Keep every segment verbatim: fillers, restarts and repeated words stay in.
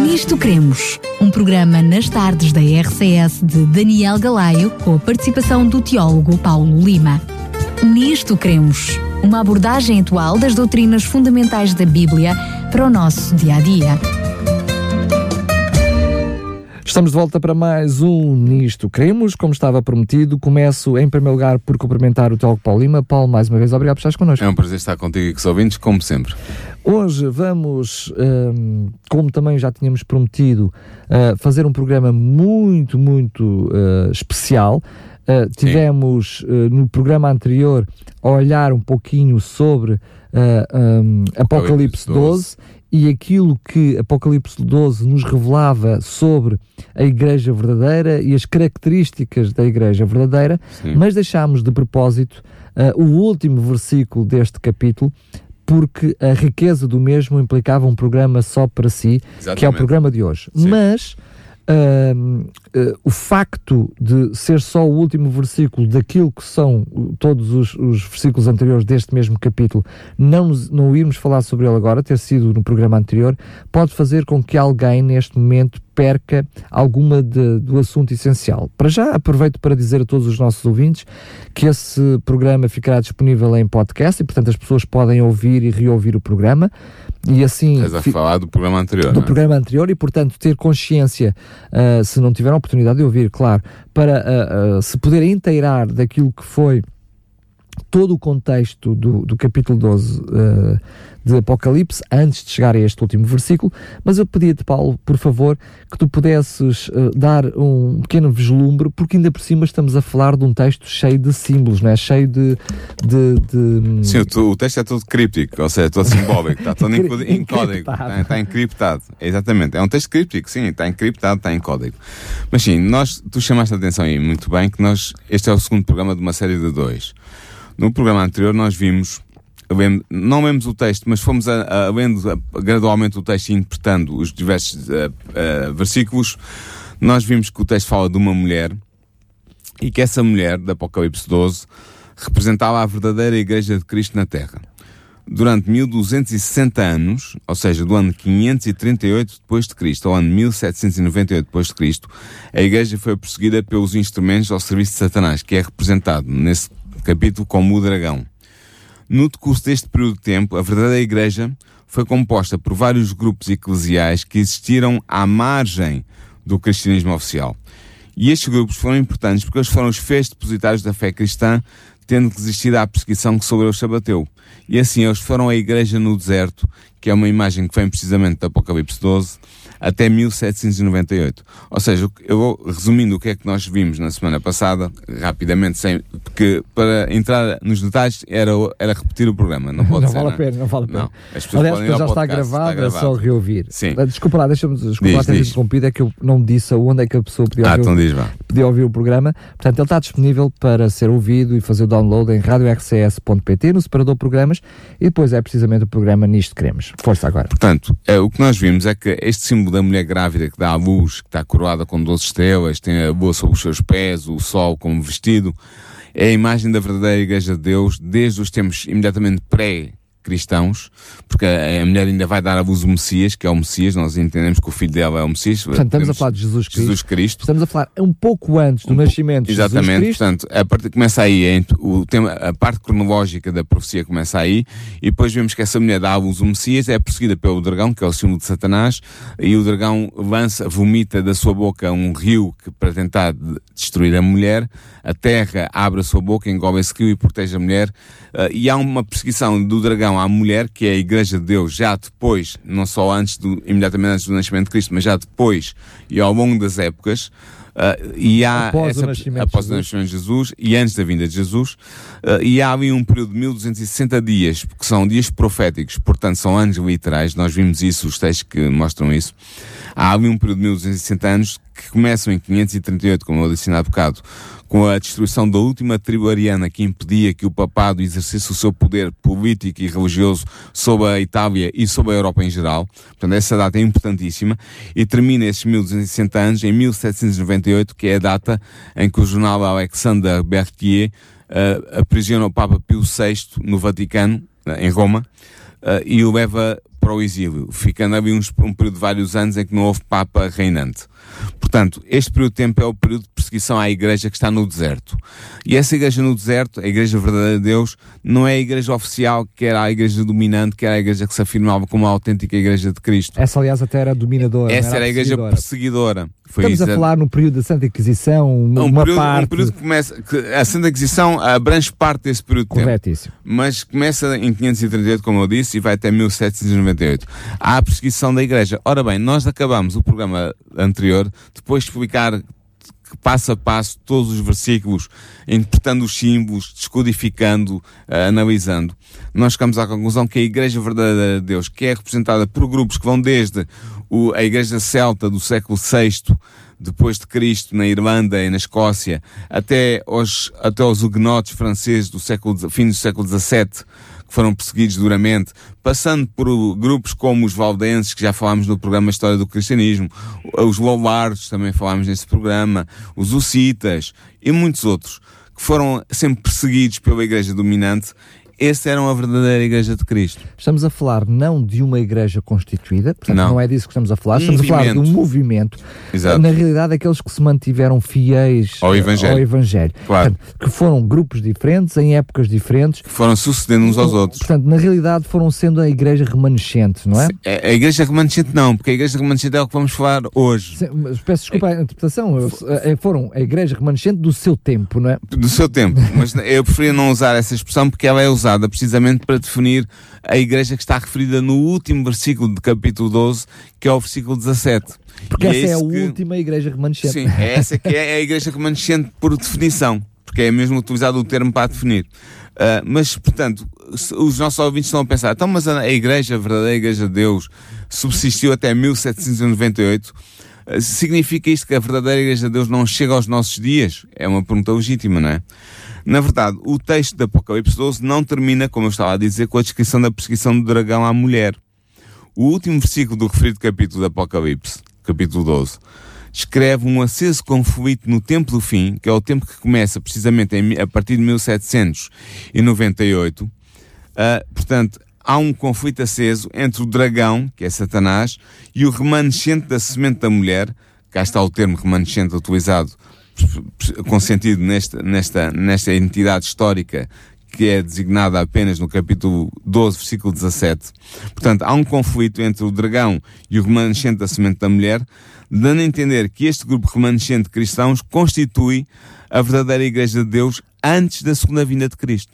Nisto Cremos, um programa nas tardes da R C S de Daniel Galaio, com a participação do teólogo Paulo Lima. Nisto Cremos, uma abordagem atual das doutrinas fundamentais da Bíblia para o nosso dia-a-dia. Estamos de volta para mais um Nisto Cremos. Como estava prometido, começo em primeiro lugar por cumprimentar o teólogo Paulo Lima. Paulo, mais uma vez, obrigado por estares connosco. É um prazer estar contigo e com os ouvintes, como sempre. Hoje vamos, um, como também já tínhamos prometido, uh, fazer um programa muito, muito uh, especial. Uh, tivemos uh, no programa anterior a olhar um pouquinho sobre uh, um, Apocalipse doze e aquilo que Apocalipse doze nos revelava sobre a Igreja verdadeira e as características da Igreja verdadeira. Sim. Mas deixámos de propósito uh, o último versículo deste capítulo, porque a riqueza do mesmo implicava um programa só para si, Exatamente. Que é o programa de hoje. Sim. Mas Uh, uh, o facto de ser só o último versículo daquilo que são todos os, os versículos anteriores deste mesmo capítulo, não, não irmos falar sobre ele agora, ter sido no programa anterior, pode fazer com que alguém neste momento perca alguma de, do assunto essencial. Para já, aproveito para dizer a todos os nossos ouvintes que esse programa ficará disponível em podcast e, portanto, as pessoas podem ouvir e reouvir o programa. E assim, Estás a fi- falar do programa anterior, do não é? programa anterior e, portanto, ter consciência, uh, se não tiveram a oportunidade de ouvir, claro, para uh, uh, se poder inteirar daquilo que foi todo o contexto do, do capítulo doze uh, de Apocalipse, antes de chegar a este último versículo. Mas eu pedia-te, Paulo, por favor, que tu pudesses uh, dar um pequeno vislumbre, porque ainda por cima estamos a falar de um texto cheio de símbolos, não é? Cheio de... de, de... Sim, o, o texto é todo críptico, ou seja, todo simbólico, está todo em, em código, está, está encriptado. Exatamente, é um texto críptico, sim, está encriptado, está em código. Mas sim, nós, tu chamaste a atenção aí muito bem que nós, este é o segundo programa de uma série de dois. No programa anterior nós vimos, não lemos o texto, mas fomos a, a, lendo a, gradualmente o texto e interpretando os diversos uh, uh, versículos. Nós vimos que o texto fala de uma mulher e que essa mulher, de Apocalipse doze, representava a verdadeira Igreja de Cristo na Terra. Durante mil duzentos e sessenta anos, ou seja, do ano quinhentos e trinta e oito depois de Cristo ao ano mil setecentos e noventa e oito depois de Cristo, a Igreja foi perseguida pelos instrumentos ao serviço de Satanás, que é representado nesse capítulo como o dragão. No decurso deste período de tempo, a verdadeira Igreja foi composta por vários grupos eclesiais que existiram à margem do cristianismo oficial. E estes grupos foram importantes porque eles foram os fiéis depositários da fé cristã, tendo resistido à perseguição que sobre eles se abateu. E assim eles foram a Igreja no deserto, que é uma imagem que vem precisamente do Apocalipse doze, até mil setecentos e noventa e oito. Ou seja, eu vou resumindo o que é que nós vimos na semana passada, rapidamente, sem, porque para entrar nos detalhes era, era repetir o programa. Não pode não ser, vale não? a pena, não vale a pena. Não. As pessoas Aliás, podem ir ao já está podcast, gravado, está gravado, é só reouvir. Sim. Desculpa lá, deixa-me desculpa lá ter interrompido, é que eu não disse aonde é que a pessoa podia ah, ouvir, então diz, vá. podia ouvir o programa. Portanto, ele está disponível para ser ouvido e fazer o download em rádio r c s ponto p t, no separador programas, e depois é precisamente o programa Nisto Cremos. Força agora. Portanto, é, o que nós vimos é que este símbolo da mulher grávida que dá à luz, que está coroada com doze estrelas, tem a lua sobre os seus pés, o sol como vestido, é a imagem da verdadeira Igreja de Deus desde os tempos imediatamente pré-cristãos, porque a, a mulher ainda vai dar à luz o Messias, que é o Messias, nós entendemos que o filho dela é o Messias. Portanto, estamos a falar de Jesus Cristo. Jesus Cristo. Estamos a falar um pouco antes do um nascimento de Jesus Cristo. Exatamente, portanto, a parte começa aí, o tema, a parte cronológica da profecia começa aí, e depois vemos que essa mulher dá à luz o Messias, é perseguida pelo dragão, que é o símbolo de Satanás, e o dragão lança, vomita da sua boca um rio que, para tentar destruir a mulher. A terra abre a sua boca, engole esse rio e protege a mulher, uh, e há uma perseguição do dragão à mulher, que é a Igreja de Deus, já depois, não só antes do, imediatamente antes do nascimento de Cristo, mas já depois e ao longo das épocas, uh, e há após, essa, o, nascimento após o nascimento de Jesus e antes da vinda de Jesus, uh, e há ali um período de mil duzentos e sessenta dias, que são dias proféticos, portanto são anos literais, nós vimos isso, os textos que mostram isso. Há ali um período de mil duzentos e sessenta anos que começam em quinhentos e trinta e oito, como eu disse há bocado, com a destruição da última tribo ariana que impedia que o papado exercesse o seu poder político e religioso sobre a Itália e sobre a Europa em geral. Portanto, essa data é importantíssima e termina esses mil duzentos e sessenta anos em mil setecentos e noventa e oito, que é a data em que o jornal Alexander Berthier uh, aprisiona o Papa Pio sexto no Vaticano, uh, em Roma, uh, e o leva para para o exílio, ficando ali uns, um período de vários anos em que não houve Papa reinante. Portanto, este período de tempo é o período de perseguição à igreja que está no deserto. E essa igreja no deserto, a igreja verdadeira de Deus, não é a igreja oficial, que era a igreja dominante, que era a igreja que se afirmava como a autêntica igreja de Cristo. Essa, aliás, até era dominadora. Essa era, era a igreja perseguidora. Foi Estamos a falar no período da Santa Inquisição, uma um período, parte... Um período que começa... Que a Santa Inquisição abrange parte desse período de tempo. Corretíssimo. Mas começa em quinhentos e trinta e oito, como eu disse, e vai até mil setecentos e noventa e oito. Há a perseguição da igreja. Ora bem, nós acabamos o programa anterior, depois de explicar passo a passo todos os versículos, interpretando os símbolos, descodificando, uh, analisando. Nós chegamos à conclusão que a igreja verdadeira de Deus, que é representada por grupos que vão desde o, a igreja celta do século sexto, depois de Cristo, na Irlanda e na Escócia, até os, até os huguenotes franceses do século, fim do século dezassete, que foram perseguidos duramente, passando por grupos como os valdenses, que já falámos no programa História do Cristianismo, os lollardos, também falámos nesse programa, os hussitas e muitos outros, que foram sempre perseguidos pela igreja dominante. Essa era a verdadeira igreja de Cristo. Estamos a falar não de uma igreja constituída, portanto não, não é disso que estamos a falar, um estamos movimento. a falar de um movimento. Exato. Na realidade, aqueles que se mantiveram fiéis ao Evangelho, ao evangelho. Claro. Portanto, que foram grupos diferentes, em épocas diferentes. Que foram sucedendo uns aos outros. Portanto, na realidade foram sendo a igreja remanescente, não é? A igreja remanescente não, porque a igreja remanescente é o que vamos falar hoje. Sim, mas peço desculpa a interpretação, foram a igreja remanescente do seu tempo, não é? Do seu tempo, mas eu preferia não usar essa expressão porque ela é usada precisamente para definir a igreja que está referida no último versículo do capítulo doze, que é o versículo dezassete. Porque e essa é, é a que... última igreja remanescente. Sim, é essa que é a igreja remanescente por definição, porque é mesmo utilizado o termo para definir. Uh, mas, portanto, os nossos ouvintes estão a pensar, então, mas a igreja, a verdadeira igreja de Deus, subsistiu até mil setecentos e noventa e oito, uh, significa isto que a verdadeira igreja de Deus não chega aos nossos dias? É uma pergunta legítima, não é? Na verdade, o texto de Apocalipse doze não termina, como eu estava a dizer, com a descrição da perseguição do dragão à mulher. O último versículo do referido capítulo de Apocalipse, capítulo doze, descreve um aceso conflito no tempo do fim, que é o tempo que começa precisamente em, a partir de mil setecentos e noventa e oito. Uh, portanto, há um conflito aceso entre o dragão, que é Satanás, e o remanescente da semente da mulher. Cá está o termo remanescente utilizado com sentido nesta, nesta, nesta entidade histórica que é designada apenas no capítulo doze, versículo dezassete. Portanto, há um conflito entre o dragão e o remanescente da semente da mulher, dando a entender que este grupo remanescente de cristãos constitui a verdadeira igreja de Deus antes da segunda vinda de Cristo.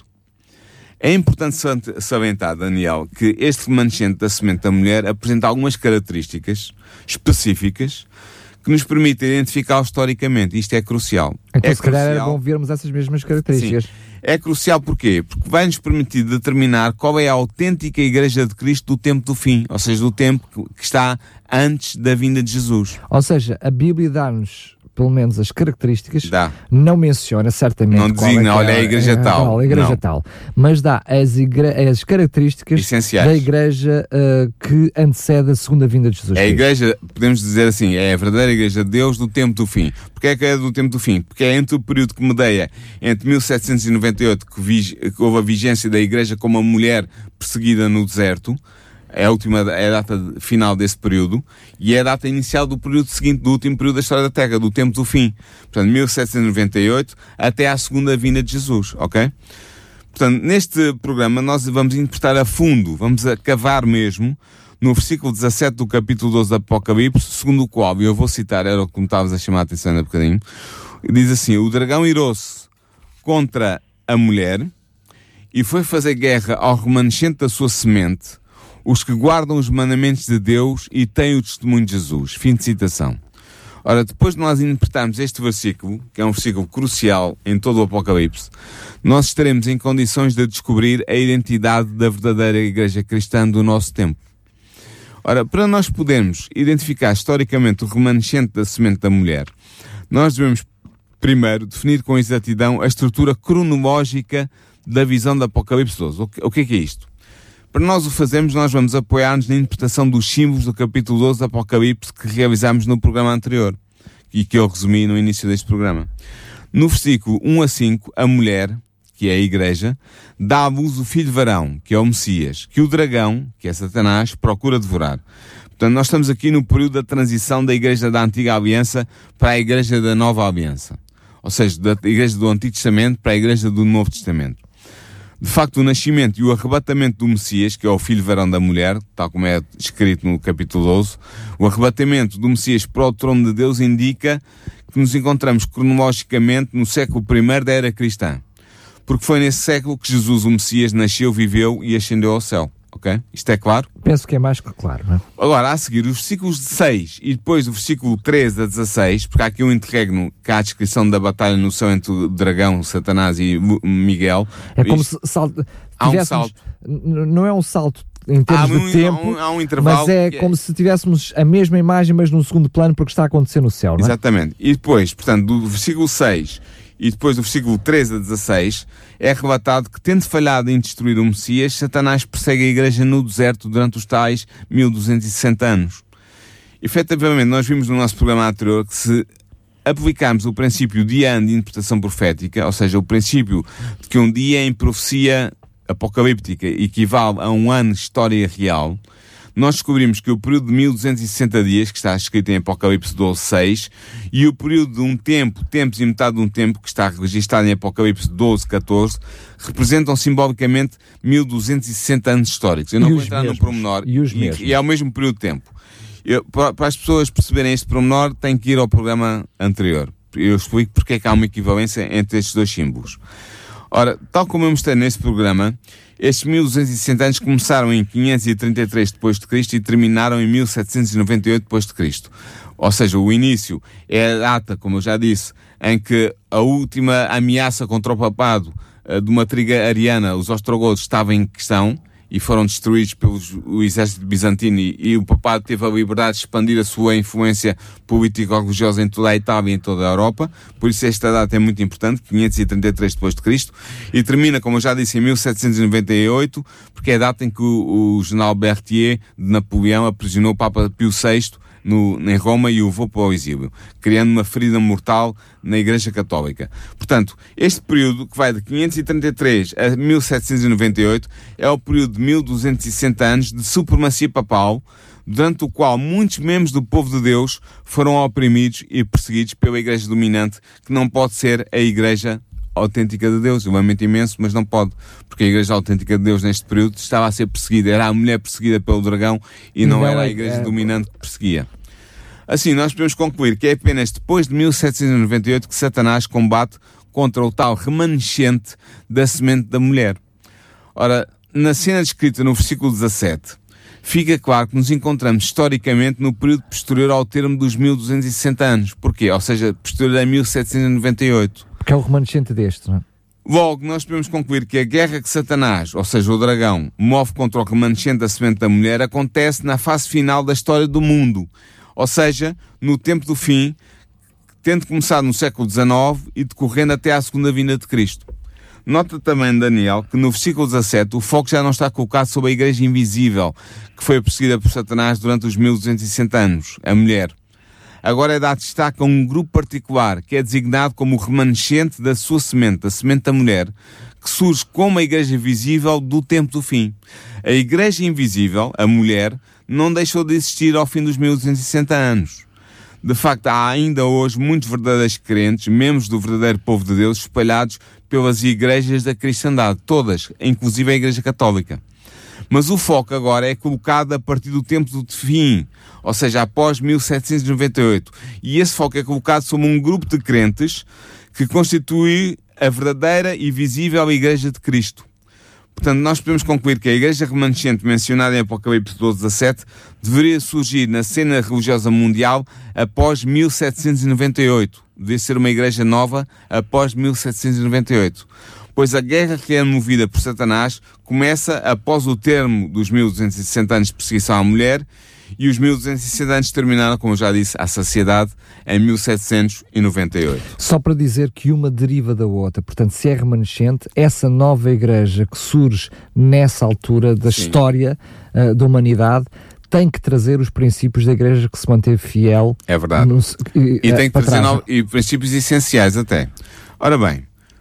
É importante salientar, Daniel, que este remanescente da semente da mulher apresenta algumas características específicas que nos permite identificá-lo historicamente. Isto é crucial. Então, é se calhar crucial. era bom vermos essas mesmas características. Sim. É crucial porquê? Porque vai-nos permitir determinar qual é a autêntica igreja de Cristo do tempo do fim, ou seja, do tempo que está antes da vinda de Jesus. Ou seja, a Bíblia dá-nos pelo menos as características, dá. Não menciona certamente não designa, é olha, é a igreja é, tal, a igreja não. tal, mas dá as, igre... as características essenciais da igreja uh, que antecede a segunda vinda de Jesus. É a igreja, podemos dizer assim, é a verdadeira igreja de Deus do tempo do fim. Porquê é que é do tempo do fim? Porque é entre o período que medeia entre mil setecentos e noventa e oito, que, vi... que houve a vigência da igreja como uma mulher perseguida no deserto, é a última, é a data final desse período, e é a data inicial do período seguinte, do último período da história da Terra, do tempo do fim. Portanto, mil setecentos e noventa e oito até à segunda vinda de Jesus, ok? Portanto, neste programa nós vamos interpretar a fundo, vamos a cavar mesmo, no versículo dezassete do capítulo doze do Apocalipse, segundo o qual, e eu vou citar, era o que me estavas a chamar a atenção há um bocadinho, diz assim: o dragão irou-se contra a mulher e foi fazer guerra ao remanescente da sua semente, os que guardam os mandamentos de Deus e têm o testemunho de Jesus. Fim de citação. Ora, depois de nós interpretarmos este versículo, que é um versículo crucial em todo o Apocalipse, nós estaremos em condições de descobrir a identidade da verdadeira igreja cristã do nosso tempo. Ora, para nós podermos identificar historicamente o remanescente da semente da mulher, nós devemos primeiro definir com exatidão a estrutura cronológica da visão do Apocalipse doze. O que é que é isto? Para nós o fazermos, nós vamos apoiar-nos na interpretação dos símbolos do capítulo doze do Apocalipse que realizámos no programa anterior e que eu resumi no início deste programa. No versículo um a cinco, a mulher, que é a Igreja, dá à luz o filho varão, que é o Messias, que o dragão, que é Satanás, procura devorar. Portanto, nós estamos aqui no período da transição da Igreja da Antiga Aliança para a Igreja da Nova Aliança. Ou seja, da Igreja do Antigo Testamento para a Igreja do Novo Testamento. De facto, o nascimento e o arrebatamento do Messias, que é o filho varão da mulher, tal como é escrito no capítulo doze, o arrebatamento do Messias para o trono de Deus indica que nos encontramos cronologicamente no século primeiro da era cristã. Porque foi nesse século que Jesus, o Messias, nasceu, viveu e ascendeu ao céu. Ok? Isto é claro? Penso que é mais que claro, não é? Agora, a seguir, os versículos de seis e depois do versículo treze a dezasseis, porque há aqui um interregno que há a descrição da batalha no céu entre o dragão, Satanás e Miguel. É como Isto, se salto, há um salto. Não é um salto em termos há um, de tempo, há um, há um intervalo, mas é como é... se tivéssemos a mesma imagem, mas num segundo plano, porque está a acontecer no céu, não é? Exatamente. E depois, portanto, do versículo seis e depois do versículo treze a dezasseis, é relatado que, tendo falhado em destruir o Messias, Satanás persegue a Igreja no deserto durante os tais mil duzentos e sessenta anos. Efetivamente, nós vimos no nosso programa anterior que se aplicarmos o princípio dia-ano de interpretação profética, ou seja, o princípio de que um dia em profecia apocalíptica equivale a um ano de história real, nós descobrimos que o período de mil duzentos e sessenta dias, que está escrito em Apocalipse doze, seis, e o período de um tempo, tempos e metade de um tempo, que está registado em Apocalipse doze, catorze, representam simbolicamente mil duzentos e sessenta anos históricos. Eu não e vou entrar mesmos, no pormenor, e, os e, e é o mesmo período de tempo. Eu, para, para as pessoas perceberem este pormenor, têm que ir ao programa anterior. Eu explico porque é que há uma equivalência entre estes dois símbolos. Ora, tal como eu mostrei nesse programa, estes mil duzentos e sessenta anos começaram em quinhentos e trinta e três depois de Cristo e terminaram em mil setecentos e noventa e oito depois de Cristo. Ou seja, o início é a data, como eu já disse, em que a última ameaça contra o papado uh, de uma triga ariana, os ostrogodos, estava em questão e foram destruídos pelo exército bizantino e, e o papado teve a liberdade de expandir a sua influência político-religiosa em toda a Itália e em toda a Europa. Por isso esta data é muito importante, quinhentos e trinta e três depois de Cristo, e termina, como eu já disse, em mil setecentos e noventa e oito, porque é a data em que o, o general Berthier de Napoleão aprisionou o Papa Pio sexto No, em Roma e o levou para o exílio, criando uma ferida mortal na Igreja Católica. Portanto, este período, que vai de quinhentos e trinta e três a mil setecentos e noventa e oito, é o período de mil duzentos e sessenta anos de supremacia papal, durante o qual muitos membros do povo de Deus foram oprimidos e perseguidos pela Igreja dominante, que não pode ser a Igreja autêntica de Deus. Eu lamento imenso, mas não pode, porque a Igreja autêntica de Deus neste período estava a ser perseguida, era a mulher perseguida pelo dragão e não, não era a Igreja é... dominante que perseguia. Assim, nós podemos concluir que é apenas depois de mil setecentos e noventa e oito que Satanás combate contra o tal remanescente da semente da mulher. Ora, na cena descrita no versículo dezassete, fica claro que nos encontramos historicamente no período posterior ao termo dos mil duzentos e sessenta anos. Porquê? Ou seja, posterior a mil setecentos e noventa e oito. Que é o remanescente deste, não é? Logo, nós podemos concluir que a guerra que Satanás, ou seja, o dragão, move contra o remanescente da semente da mulher acontece na fase final da história do mundo. Ou seja, no tempo do fim, tendo começado no século dezanove e decorrendo até à segunda vinda de Cristo. Nota também, Daniel, que no versículo dezassete o foco já não está colocado sobre a Igreja invisível, que foi perseguida por Satanás durante os mil duzentos e sessenta anos, a mulher. Agora é dado destaque a um grupo particular, que é designado como o remanescente da sua semente, a semente da mulher, que surge como a Igreja visível do tempo do fim. A Igreja invisível, a mulher, não deixou de existir ao fim dos mil duzentos e sessenta anos. De facto, há ainda hoje muitos verdadeiros crentes, membros do verdadeiro povo de Deus, espalhados pelas igrejas da cristandade, todas, inclusive a Igreja Católica. Mas o foco agora é colocado a partir do tempo do fim, ou seja, após mil setecentos e noventa e oito. E esse foco é colocado sobre um grupo de crentes que constitui a verdadeira e visível Igreja de Cristo. Portanto, nós podemos concluir que a Igreja remanescente mencionada em Apocalipse doze, dezassete deveria surgir na cena religiosa mundial após mil setecentos e noventa e oito. Deveria ser uma Igreja nova após mil setecentos e noventa e oito. Pois a guerra que é movida por Satanás começa após o termo dos mil duzentos e sessenta anos de perseguição à mulher, e os mil duzentos e sessenta anos terminaram, como eu já disse, à saciedade em mil setecentos e noventa e oito. Só para dizer que uma deriva da outra, portanto, se é remanescente, essa nova igreja que surge nessa altura da Sim. história uh, da humanidade tem que trazer os princípios da igreja que se manteve fiel. É verdade. No, uh, e tem que trazer no, e princípios essenciais até. Ora bem,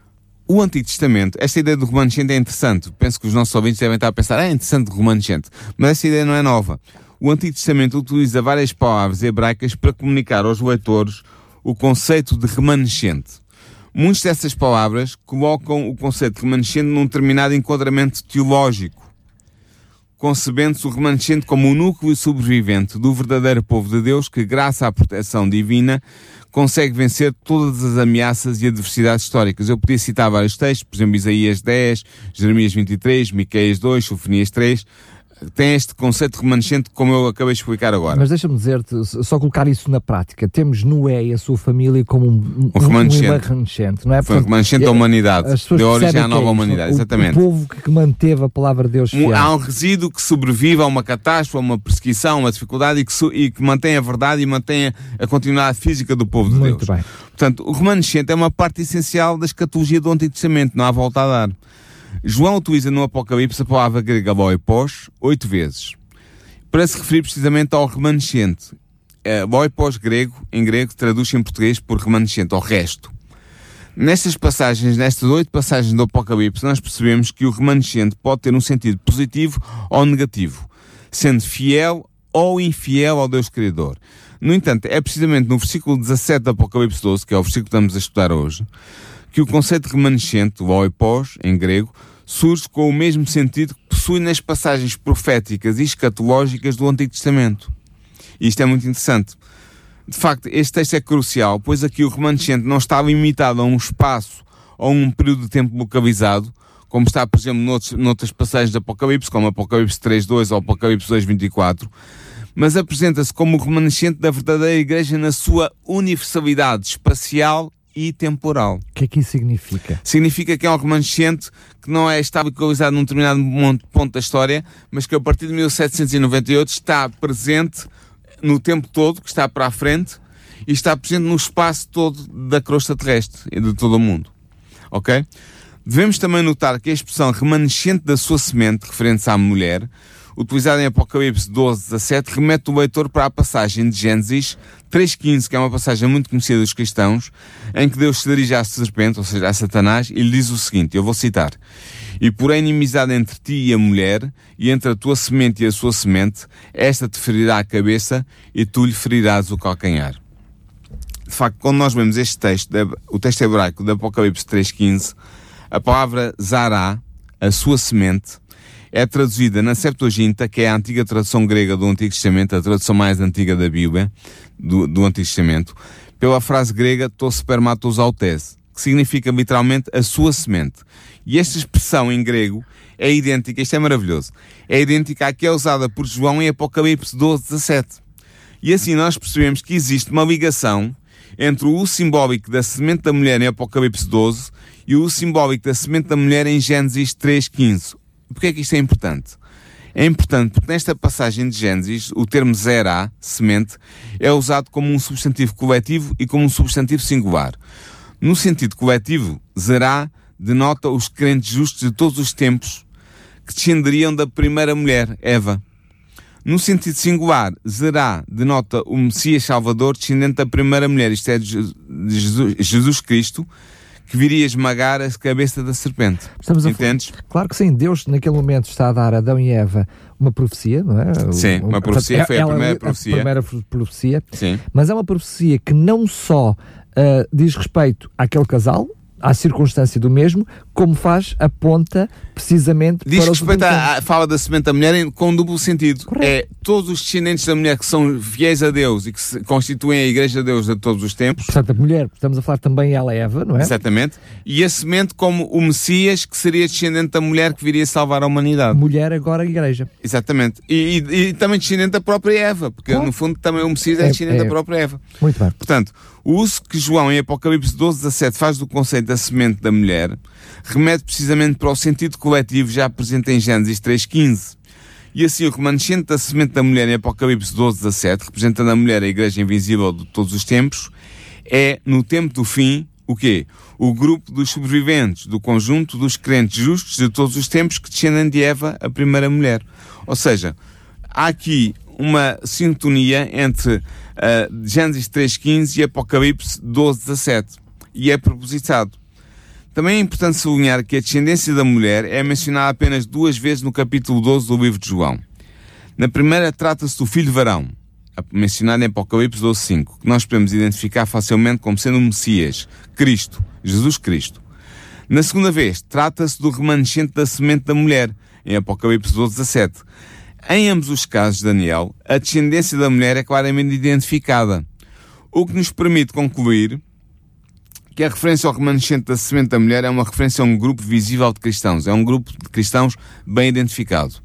o Antigo Testamento, esta ideia do remanescente é interessante. Penso que os nossos ouvintes devem estar a pensar, ah, é interessante o remanescente. Mas essa ideia não é nova. O Antigo Testamento utiliza várias palavras hebraicas para comunicar aos leitores o conceito de remanescente. Muitas dessas palavras colocam o conceito de remanescente num determinado enquadramento teológico, concebendo-se o remanescente como o núcleo sobrevivente do verdadeiro povo de Deus que, graças à proteção divina, consegue vencer todas as ameaças e adversidades históricas. Eu podia citar vários textos, por exemplo, Isaías dez, Jeremias vinte e três, Miqueias dois, Sofonias três, tem este conceito remanescente como eu acabei de explicar agora. Mas deixa-me dizer-te, só colocar isso na prática. Temos Noé e a sua família como um, um, remanescente. um remanescente, não é? Foi um remanescente é, da humanidade, deu origem à nova é humanidade, o, exatamente. O povo que manteve a palavra de Deus fiel. Há um resíduo que sobrevive a uma catástrofe, a uma perseguição, a uma dificuldade e que, e que mantém a verdade e mantém a, a continuidade física do povo de Muito Deus. Bem. Portanto, o remanescente é uma parte essencial da escatologia do Antigo Testamento, não há volta a dar. João utiliza no Apocalipse a palavra grega loipós oito vezes, para se referir precisamente ao remanescente. Uh, loipós grego, em grego, traduz em português por remanescente, ao resto. Nestas passagens, nestas oito passagens do Apocalipse, nós percebemos que o remanescente pode ter um sentido positivo ou negativo, sendo fiel ou infiel ao Deus Criador. No entanto, é precisamente no versículo dezassete do Apocalipse doze, que é o versículo que estamos a estudar hoje, que o conceito de remanescente, o loipós, em grego, surge com o mesmo sentido que possui nas passagens proféticas e escatológicas do Antigo Testamento. E isto é muito interessante. De facto, este texto é crucial, pois aqui o remanescente não está limitado a um espaço ou a um período de tempo localizado, como está, por exemplo, noutros, noutras passagens do Apocalipse, como Apocalipse três dois ou Apocalipse dois vinte e quatro, mas apresenta-se como o remanescente da verdadeira Igreja na sua universalidade espacial e temporal. O que é que isso significa? Significa que é um remanescente que não é, está localizado num determinado ponto da história, mas que a partir de mil setecentos e noventa e oito está presente no tempo todo, que está para a frente, e está presente no espaço todo da crosta terrestre e de todo o mundo. Ok? Devemos também notar que a expressão remanescente da sua semente, referente-se à mulher, utilizada em Apocalipse doze, dezassete, remete o leitor para a passagem de Gênesis três quinze, que é uma passagem muito conhecida dos cristãos, em que Deus se dirige à serpente, ou seja, a Satanás, e lhe diz o seguinte, eu vou citar: e porém inimizade entre ti e a mulher, e entre a tua semente e a sua semente, esta te ferirá a cabeça, e tu lhe ferirás o calcanhar. De facto, quando nós vemos este texto, o texto hebraico de Apocalipse três quinze, a palavra zará, a sua semente, é traduzida na Septuaginta, que é a antiga tradução grega do Antigo Testamento, a tradução mais antiga da Bíblia, do, do Antigo Testamento, pela frase grega to spermatos autes, que significa literalmente a sua semente. E esta expressão em grego é idêntica, isto é maravilhoso, é idêntica à que é usada por João em Apocalipse doze, dezassete. E assim nós percebemos que existe uma ligação entre o uso simbólico da semente da mulher em Apocalipse doze e o uso simbólico da semente da mulher em Gênesis três quinze. Porquê é que isto é importante? É importante porque nesta passagem de Gênesis, o termo zerá, semente, é usado como um substantivo coletivo e como um substantivo singular. No sentido coletivo, zerá denota os crentes justos de todos os tempos que descenderiam da primeira mulher, Eva. No sentido singular, zerá denota o Messias Salvador descendente da primeira mulher, isto é, de Jesus, Jesus Cristo, que viria esmagar a cabeça da serpente. Estamos a Entendes? F... Claro que sim. Deus, naquele momento, está a dar a Adão e Eva uma profecia, não é? Sim, uma profecia. Foi a primeira profecia. A primeira profecia. Sim. Mas é uma profecia que não só uh, diz respeito àquele casal, à circunstância do mesmo, como faz, aponta precisamente diz para... Diz respeito à fala da semente da mulher em, com um duplo sentido. Correto. É todos os descendentes da mulher que são fiéis a Deus e que se constituem a Igreja de Deus de todos os tempos. Portanto, a mulher, estamos a falar também ela Eva, não é? Exatamente. E a semente como o Messias, que seria descendente da mulher que viria salvar a humanidade. Mulher, agora a Igreja. Exatamente. E, e, e também descendente da própria Eva, porque claro, no fundo também o Messias é, é descendente é, da própria Eva. Muito bem. Portanto, o uso que João em Apocalipse doze, dezassete faz do conceito da semente da mulher remete precisamente para o sentido coletivo já presente em Gênesis três quinze. E assim o remanescente da semente da mulher em Apocalipse doze, dezassete, representando a mulher, a Igreja invisível de todos os tempos, é, no tempo do fim, o quê? O grupo dos sobreviventes, do conjunto dos crentes justos de todos os tempos que descendem de Eva, a primeira mulher. Ou seja, há aqui uma sintonia entre uh, Gênesis três quinze e Apocalipse doze, dezassete. E é propositado. Também é importante sublinhar que a descendência da mulher é mencionada apenas duas vezes no capítulo doze do livro de João. Na primeira trata-se do filho varão, mencionado em Apocalipse doze, cinco, que nós podemos identificar facilmente como sendo o Messias, Cristo, Jesus Cristo. Na segunda vez, trata-se do remanescente da semente da mulher, em Apocalipse doze, dezassete. Em ambos os casos, Daniel, a descendência da mulher é claramente identificada, o que nos permite concluir que a referência ao remanescente da semente da mulher é uma referência a um grupo visível de cristãos, é um grupo de cristãos bem identificado.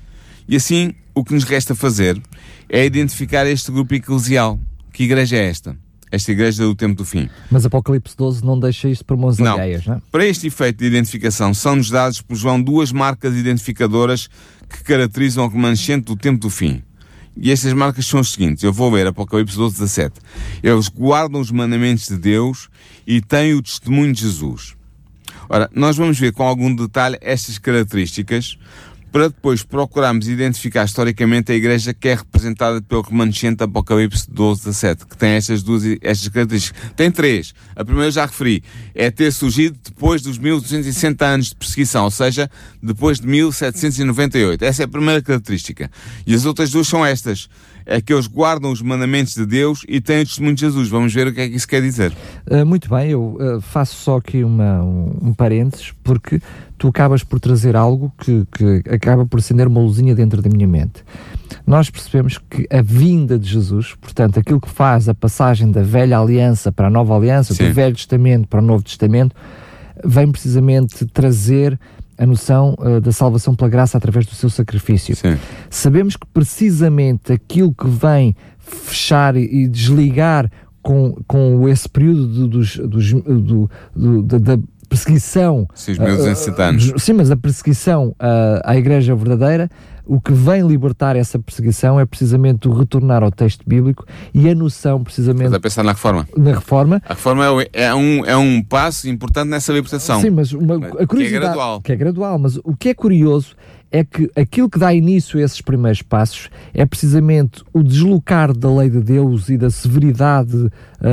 E assim, o que nos resta fazer é identificar este grupo eclesial. Que igreja é esta? Esta igreja do tempo do fim. Mas Apocalipse doze não deixa isto por mãos alheias, não é? Para este efeito de identificação, são-nos dados por João duas marcas identificadoras que caracterizam o remanescente do tempo do fim. E estas marcas são as seguintes. Eu vou ler Apocalipse doze, dezassete. Eles guardam os mandamentos de Deus e têm o testemunho de Jesus. Ora, nós vamos ver com algum detalhe estas características para depois procurarmos identificar historicamente a igreja que é representada pelo remanescente de Apocalipse doze, dezassete, que tem estas duas estas características. Tem três. A primeira eu já referi. É ter surgido depois dos mil duzentos e sessenta anos de perseguição, ou seja, depois de mil setecentos e noventa e oito. Essa é a primeira característica. E as outras duas são estas. É que eles guardam os mandamentos de Deus e têm o testemunho de Jesus. Vamos ver o que é que isso quer dizer. Uh, muito bem, eu uh, faço só aqui uma, um, um parênteses, porque tu acabas por trazer algo que, que acaba por acender uma luzinha dentro da minha mente. Nós percebemos que a vinda de Jesus, portanto, aquilo que faz a passagem da velha aliança para a nova aliança, Sim. do Velho Testamento para o Novo Testamento, vem precisamente trazer a noção uh, da salvação pela graça através do seu sacrifício. Sim. Sabemos que precisamente aquilo que vem fechar e, e desligar com, com esse período do, dos, dos, do, do, da, da perseguição... Sim, os mil duzentos e sessenta anos. Uh, sim, mas a perseguição uh, à Igreja verdadeira, o que vem libertar essa perseguição é precisamente o retornar ao texto bíblico e a noção precisamente... Estás a pensar na reforma? Na reforma. A reforma é, é, um, é um passo importante nessa libertação. Sim, mas uma, a curiosidade... Que é gradual. Que é gradual, mas o que é curioso é que aquilo que dá início a esses primeiros passos é precisamente o deslocar da lei de Deus e da severidade uh,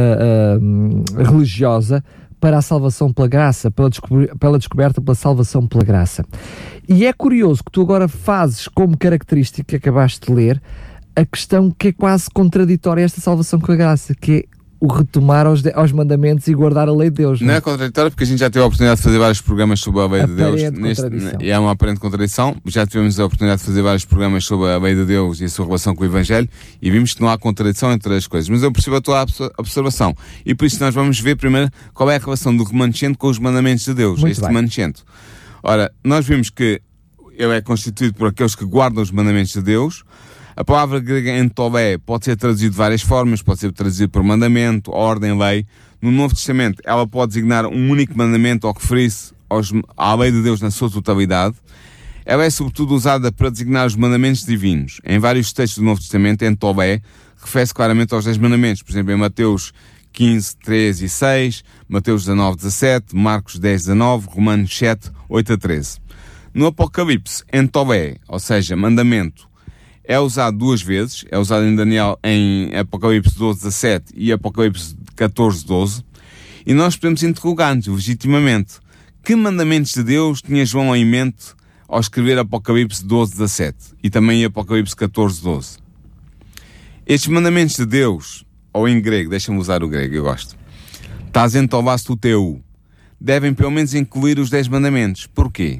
uh, religiosa para a salvação pela graça, pela, descober- pela descoberta pela salvação pela graça. E é curioso que tu agora fazes como característica que acabaste de ler a questão que é quase contraditória a esta salvação com a graça, que é o retomar aos, de- aos mandamentos e guardar a lei de Deus. Não, não é contraditório, porque a gente já teve a oportunidade de fazer vários programas sobre a lei de Deus. Neste, e é uma aparente contradição. Já tivemos a oportunidade de fazer vários programas sobre a lei de Deus e a sua relação com o Evangelho e vimos que não há contradição entre as coisas. Mas eu percebo a tua observação. E por isso nós vamos ver primeiro qual é a relação do remanescente com os mandamentos de Deus. Muito este bem. remanescente. Ora, nós vimos que ele é constituído por aqueles que guardam os mandamentos de Deus. A palavra grega entobé pode ser traduzida de várias formas, pode ser traduzida por mandamento, ordem, lei. No Novo Testamento, ela pode designar um único mandamento ou referir-se aos, à lei de Deus na sua totalidade. Ela é sobretudo usada para designar os mandamentos divinos. Em vários textos do Novo Testamento, entobé refere-se claramente aos dez mandamentos. Por exemplo, em Mateus quinze, treze e seis, Mateus dezanove, dezassete, Marcos dez, dezanove, Romanos sete, oito a treze. No Apocalipse, entobé, ou seja, mandamento, é usado duas vezes, é usado em Daniel em Apocalipse doze, dezassete e Apocalipse catorze, doze, e nós podemos interrogar-nos legitimamente que mandamentos de Deus tinha João em mente ao escrever Apocalipse doze, dezassete e também Apocalipse catorze, doze. Estes mandamentos de Deus, ou em grego, deixa-me usar o grego, eu gosto, tás entobás tu teu, devem pelo menos incluir os dez mandamentos. Porquê?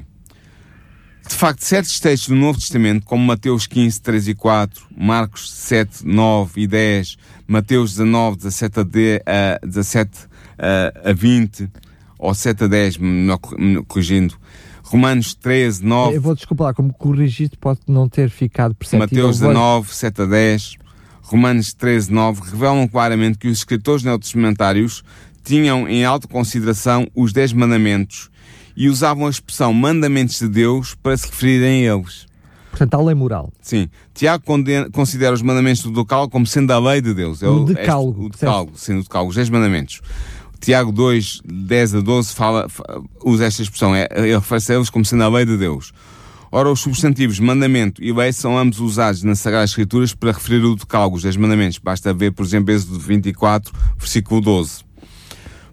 De facto, certos textos do Novo Testamento, como Mateus quinze, três e quatro, Marcos sete, nove e dez, Mateus dezanove, dezassete a, dezassete a vinte, ou sete a dez, melhor corrigindo, Romanos treze, nove... Eu vou desculpa lá, como corrigiste pode não ter ficado perceptível. Mateus dezanove, sete a dez, Romanos treze, nove, revelam claramente que os escritores neotestamentários tinham em alta consideração os dez mandamentos e usavam a expressão mandamentos de Deus para se referirem a eles. Portanto, a lei moral. Sim. Tiago considera os mandamentos do decálogo como sendo a lei de Deus. O decálogo. É o decálogo, sim, o decálogo, os dez mandamentos. Tiago dois, dez a doze fala, usa esta expressão, é, ele refere-se a eles como sendo a lei de Deus. Ora, os substantivos mandamento e lei são ambos usados nas Sagradas Escrituras para referir o decálogo, os dez mandamentos. Basta ver, por exemplo, Êxodo vinte e quatro, versículo doze.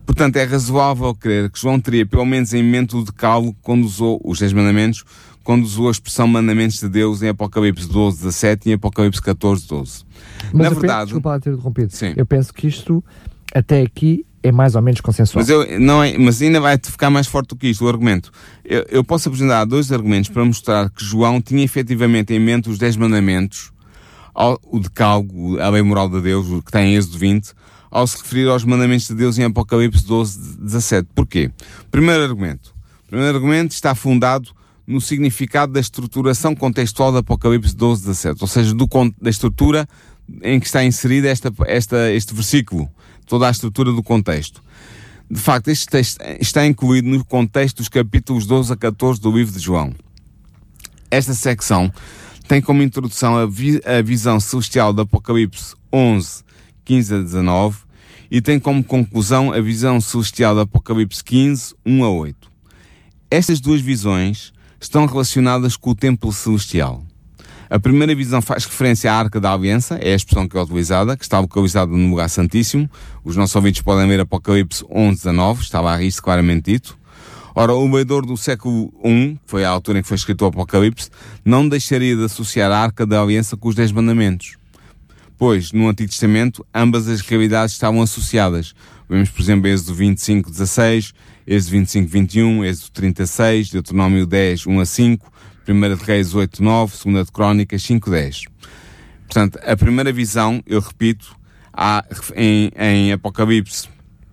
Portanto, é razoável crer que João teria pelo menos em mente o decálogo quando usou os dez mandamentos, quando usou a expressão mandamentos de Deus em Apocalipse doze, dezassete e em Apocalipse catorze, doze. Mas Na eu verdade... Penso, desculpa lá ter interrompido. Sim. Eu penso que isto, até aqui, é mais ou menos consensual. Mas, eu, não é, mas ainda vai ficar mais forte do que isto, o argumento. Eu, eu posso apresentar dois argumentos para mostrar que João tinha efetivamente em mente os dez mandamentos, ao, o decálogo, a lei moral de Deus, o que está em Êxodo vinte, ao se referir aos mandamentos de Deus em Apocalipse doze, dezassete. Porquê? Primeiro argumento. Primeiro argumento está fundado no significado da estruturação contextual de Apocalipse doze, dezassete. Ou seja, do, da estrutura em que está inserida esta, esta, este versículo. Toda a estrutura do contexto. De facto, este texto está incluído no contexto dos capítulos doze a catorze do livro de João. Esta secção tem como introdução a, vi, a visão celestial de Apocalipse onze, quinze a dezanove e tem como conclusão a visão celestial de Apocalipse quinze, um a oito. Estas duas visões estão relacionadas com o templo celestial. A primeira visão faz referência à Arca da Aliança, é a expressão que é utilizada, que está localizada no lugar santíssimo. Os nossos ouvintes podem ler Apocalipse onze, dezanove, está lá isto claramente dito. Ora, o vencedor do século I, que foi a altura em que foi escrito o Apocalipse, não deixaria de associar a Arca da Aliança com os Dez Mandamentos. Pois, no Antigo Testamento, ambas as realidades estavam associadas. Vemos, por exemplo, Êxodo vinte e cinco, dezasseis, Êxodo vinte e cinco, vinte e um, Êxodo trinta e seis, Deuteronômio dez, um a cinco, primeira de Reis oito, nove, segunda de Crónicas cinco, dez. Portanto, a primeira visão, eu repito, há, em, em Apocalipse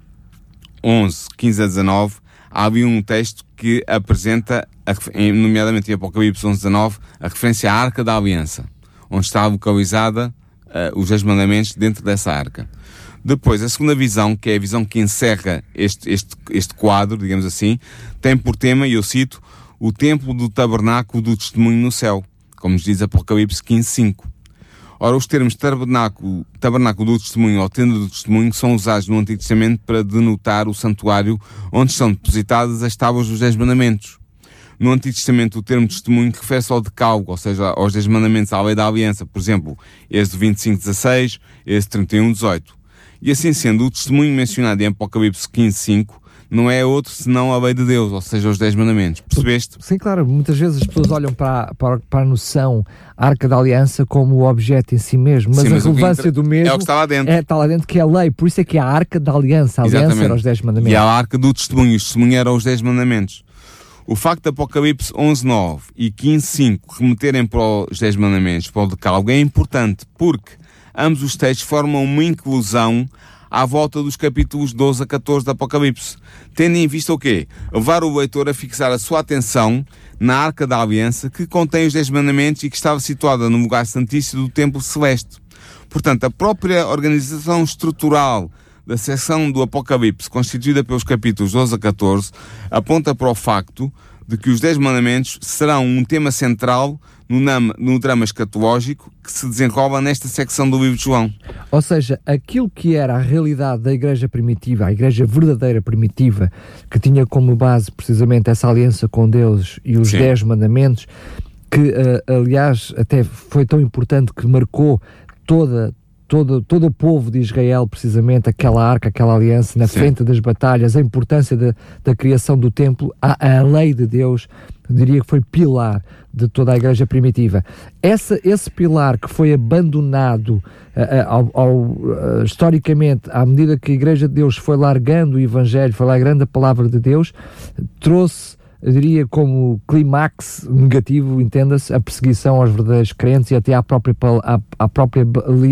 onze, quinze a dezanove, há ali um texto que apresenta, a, nomeadamente em Apocalipse onze, dezanove, a referência à Arca da Aliança, onde está localizada uh, os dez mandamentos dentro dessa arca. Depois, a segunda visão, que é a visão que encerra este, este, este quadro, digamos assim, tem por tema, e eu cito, o templo do tabernáculo do testemunho no céu, como nos diz Apocalipse quinze, cinco. Ora, os termos tabernáculo, tabernáculo do testemunho ou tenda do testemunho são usados no Antigo Testamento para denotar o santuário onde estão depositadas as tábuas dos Dez Mandamentos. No Antigo Testamento, o termo testemunho refere-se ao decálogo, ou seja, aos Dez Mandamentos, à lei da aliança. Por exemplo, Êxodo vinte e cinco, dezasseis, Êxodo trinta e um, dezoito. E assim sendo, o testemunho mencionado em Apocalipse quinze, cinco não é outro senão a lei de Deus, ou seja, os Dez Mandamentos. Percebeste? Sim, claro. Muitas vezes as pessoas olham para, para, para a noção Arca da Aliança como o objeto em si mesmo, mas, Sim, mas a relevância entra... do mesmo é o que está lá dentro. É, está lá dentro, que é a lei. Por isso é que é a Arca da Aliança. A Aliança Exatamente. Era os Dez Mandamentos. E a Arca do Testemunho. O testemunho era os Dez Mandamentos. O facto de Apocalipse onze, nove e quinze, cinco remeterem para os Dez Mandamentos, para o decálogo, é importante, porque ambos os textos formam uma inclusão à volta dos capítulos doze a catorze da Apocalipse, tendo em vista o quê? Levar o leitor a fixar a sua atenção na Arca da Aliança, que contém os Dez Mandamentos e que estava situada no lugar santíssimo do Templo Celeste. Portanto, a própria organização estrutural da seção do Apocalipse, constituída pelos capítulos doze a catorze, aponta para o facto de que os Dez Mandamentos serão um tema central no, nam, no drama escatológico que se desenrola nesta secção do livro de João. Ou seja, aquilo que era a realidade da igreja primitiva, a igreja verdadeira primitiva, que tinha como base precisamente essa aliança com Deus e os Sim. Dez Mandamentos, que uh, aliás até foi tão importante que marcou toda Todo, todo o povo de Israel, precisamente, aquela arca, aquela aliança, na Sim. frente das batalhas, a importância de, da criação do templo, a, a lei de Deus, eu diria que foi pilar de toda a igreja primitiva. Essa, esse pilar que foi abandonado uh, ao, ao, uh, historicamente, à medida que a igreja de Deus foi largando o evangelho, foi largando a palavra de Deus, trouxe, eu diria, como clímax negativo, entenda-se, a perseguição aos verdadeiros crentes e até à própria, à, à própria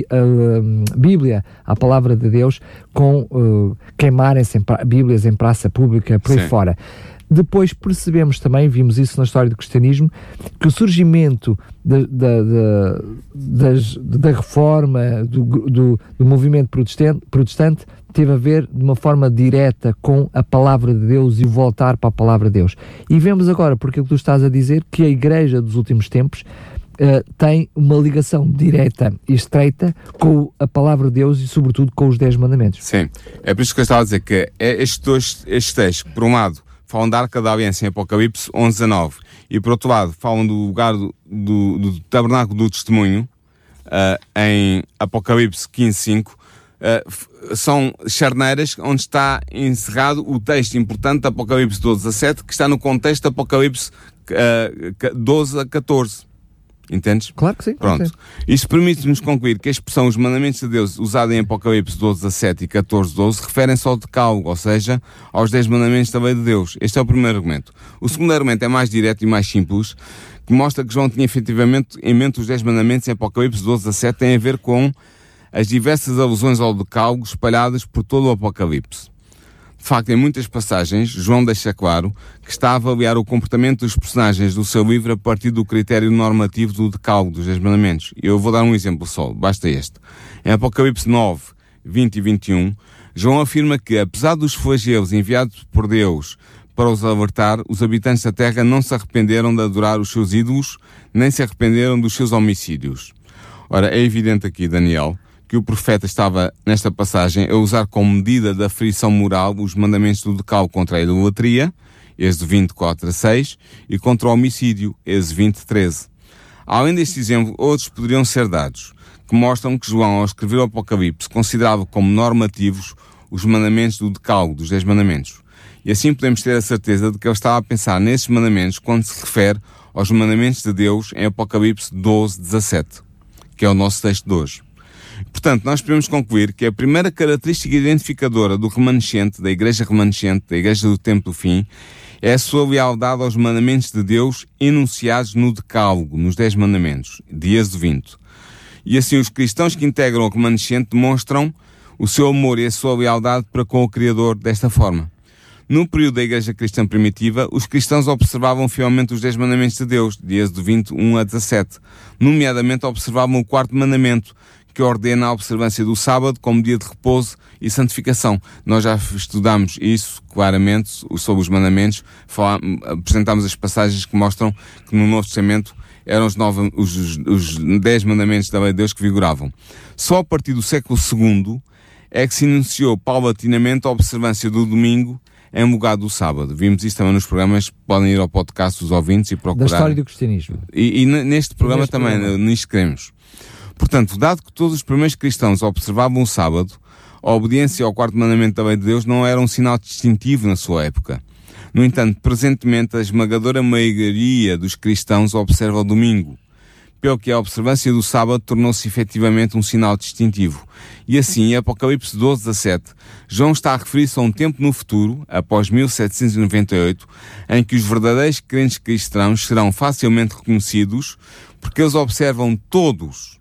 uh, Bíblia, à palavra de Deus, com uh, queimarem-se em pra- Bíblias em praça pública, por aí Sim. fora. Depois percebemos também, vimos isso na história do cristianismo, que o surgimento da, da, da, das, da reforma, do, do, do movimento protestante, protestante, teve a ver de uma forma direta com a palavra de Deus e o voltar para a palavra de Deus. E vemos agora, porque tu estás a dizer, que a igreja dos últimos tempos Uh, tem uma ligação direta e estreita com a palavra de Deus e sobretudo com os Dez Mandamentos. Sim, é por isso que eu estava a dizer que é estes dois estes textos, por um lado, falam da Arca da Aliança em Apocalipse onze, dezanove, e por outro lado, falam do lugar do, do, do tabernáculo do testemunho uh, em Apocalipse quinze, cinco, uh, são charneiras onde está encerrado o texto importante de Apocalipse doze a sete, que está no contexto de Apocalipse uh, doze a catorze. Entendes? Claro que sim. Pronto. Sim. Isto permite-nos concluir que a expressão os mandamentos de Deus usada em Apocalipse doze a sete e catorze a doze referem-se ao decálogo, ou seja, aos dez mandamentos da lei de Deus. Este é o primeiro argumento. O segundo argumento é mais direto e mais simples, que mostra que João tinha efetivamente em mente os dez mandamentos em Apocalipse doze a sete, tem a ver com as diversas alusões ao decálogo espalhadas por todo o Apocalipse. De facto, em muitas passagens, João deixa claro que está a avaliar o comportamento dos personagens do seu livro a partir do critério normativo do decálogo dos dez mandamentos. Eu vou dar um exemplo só, basta este. Em Apocalipse nove, vinte e vinte e um, João afirma que, apesar dos flagelos enviados por Deus para os alertar, os habitantes da terra não se arrependeram de adorar os seus ídolos, nem se arrependeram dos seus homicídios. Ora, é evidente aqui, Daniel, que o profeta estava, nesta passagem, a usar como medida da aflição moral os mandamentos do decálogo contra a idolatria, Êxodo vinte, quatro a seis, e contra o homicídio, Êxodo vinte, treze. Além deste exemplo, outros poderiam ser dados, que mostram que João, ao escrever o Apocalipse, considerava como normativos os mandamentos do decálogo, dos dez mandamentos. E assim podemos ter a certeza de que ele estava a pensar nesses mandamentos quando se refere aos mandamentos de Deus em Apocalipse doze, dezassete, que é o nosso texto de hoje. Portanto, nós podemos concluir que a primeira característica identificadora do remanescente, da igreja remanescente, da igreja do tempo do fim, é a sua lealdade aos mandamentos de Deus enunciados no decálogo, nos dez mandamentos, de Êxodo vinte. E assim os cristãos que integram o remanescente demonstram o seu amor e a sua lealdade para com o Criador desta forma. No período da igreja cristã primitiva, os cristãos observavam fielmente os dez mandamentos de Deus, de Êxodo vinte, um a dezassete. Nomeadamente observavam o quarto mandamento, que ordena a observância do sábado como dia de repouso e santificação. Nós já estudámos isso claramente sobre os mandamentos, falámos, apresentámos as passagens que mostram que no Novo Testamento eram os, nove, os, os, os dez mandamentos da lei de Deus que vigoravam. Só a partir do século segundo é que se iniciou paulatinamente a observância do domingo em lugar do sábado. Vimos isso também nos programas, podem ir ao podcast dos ouvintes e procurar. Da história do cristianismo. E, e neste programa neste também, programa. nisto queremos. Portanto, dado que todos os primeiros cristãos observavam o sábado, a obediência ao quarto mandamento da lei de Deus não era um sinal distintivo na sua época. No entanto, presentemente, a esmagadora maioria dos cristãos observa o domingo, pelo que a observância do sábado tornou-se efetivamente um sinal distintivo. E assim, em Apocalipse doze, dezassete, João está a referir-se a um tempo no futuro, após mil setecentos e noventa e oito, em que os verdadeiros crentes cristãos serão facilmente reconhecidos, porque eles observam todos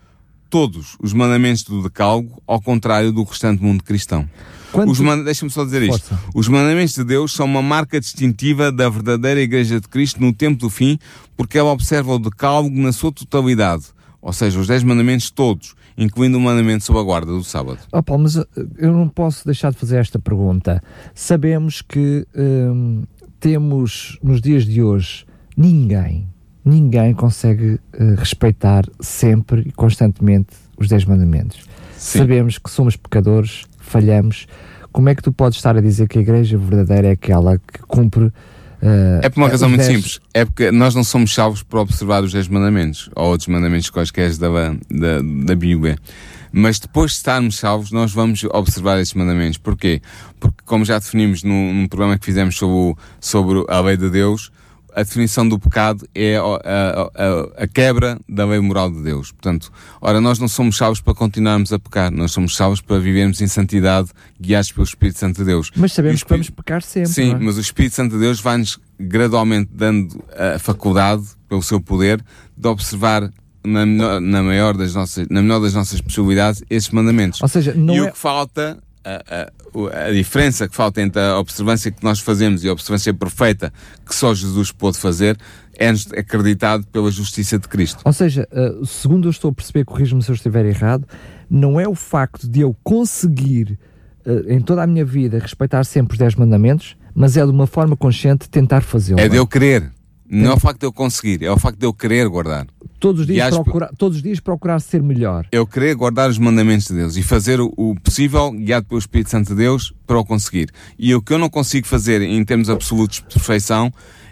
todos os mandamentos do decálogo, ao contrário do restante mundo cristão. Os man... Deixa-me só dizer isto. Força. Os mandamentos de Deus são uma marca distintiva da verdadeira Igreja de Cristo no tempo do fim, porque ela observa o decálogo na sua totalidade, ou seja, os dez mandamentos todos, incluindo o mandamento sob a guarda do sábado. Oh, Paulo, mas eu não posso deixar de fazer esta pergunta. Sabemos que hum, temos, nos dias de hoje, ninguém Ninguém consegue uh, respeitar sempre e constantemente os dez mandamentos. Sim. Sabemos que somos pecadores, falhamos. Como é que tu podes estar a dizer que a igreja verdadeira é aquela que cumpre... Uh, é por uma razão muito dez... simples. É porque nós não somos salvos por observar os dez mandamentos, ou outros mandamentos quaisquer da, da, da Bíblia. Mas depois de estarmos salvos, nós vamos observar esses mandamentos. Porquê? Porque, como já definimos num, num programa que fizemos sobre, o, sobre a lei de Deus, a definição do pecado é a, a, a, a quebra da lei moral de Deus. Portanto, ora, nós não somos salvos para continuarmos a pecar, nós somos salvos para vivermos em santidade, guiados pelo Espírito Santo de Deus. Mas sabemos Espírito... que vamos pecar sempre. Sim, não é? Mas o Espírito Santo de Deus vai-nos gradualmente dando a faculdade, pelo seu poder, de observar na, na, maior, das nossas, na menor das nossas possibilidades esses mandamentos. Ou seja, não e é... o que falta... A, a, a diferença que falta entre a observância que nós fazemos e a observância perfeita que só Jesus pôde fazer é-nos acreditado pela justiça de Cristo. Ou seja, uh, segundo eu estou a perceber, corrijo-me se eu estiver errado, não é o facto de eu conseguir uh, em toda a minha vida respeitar sempre os dez mandamentos, mas é de uma forma consciente tentar fazê-lo. É de eu querer. Não é o facto de eu conseguir, é o facto de eu querer guardar. Todos os dias, procurar, todos os dias procurar ser melhor. Eu querer guardar os mandamentos de Deus e fazer o, o possível, guiado pelo Espírito Santo de Deus, para o conseguir. E o que eu não consigo fazer em termos absolutos de perfeição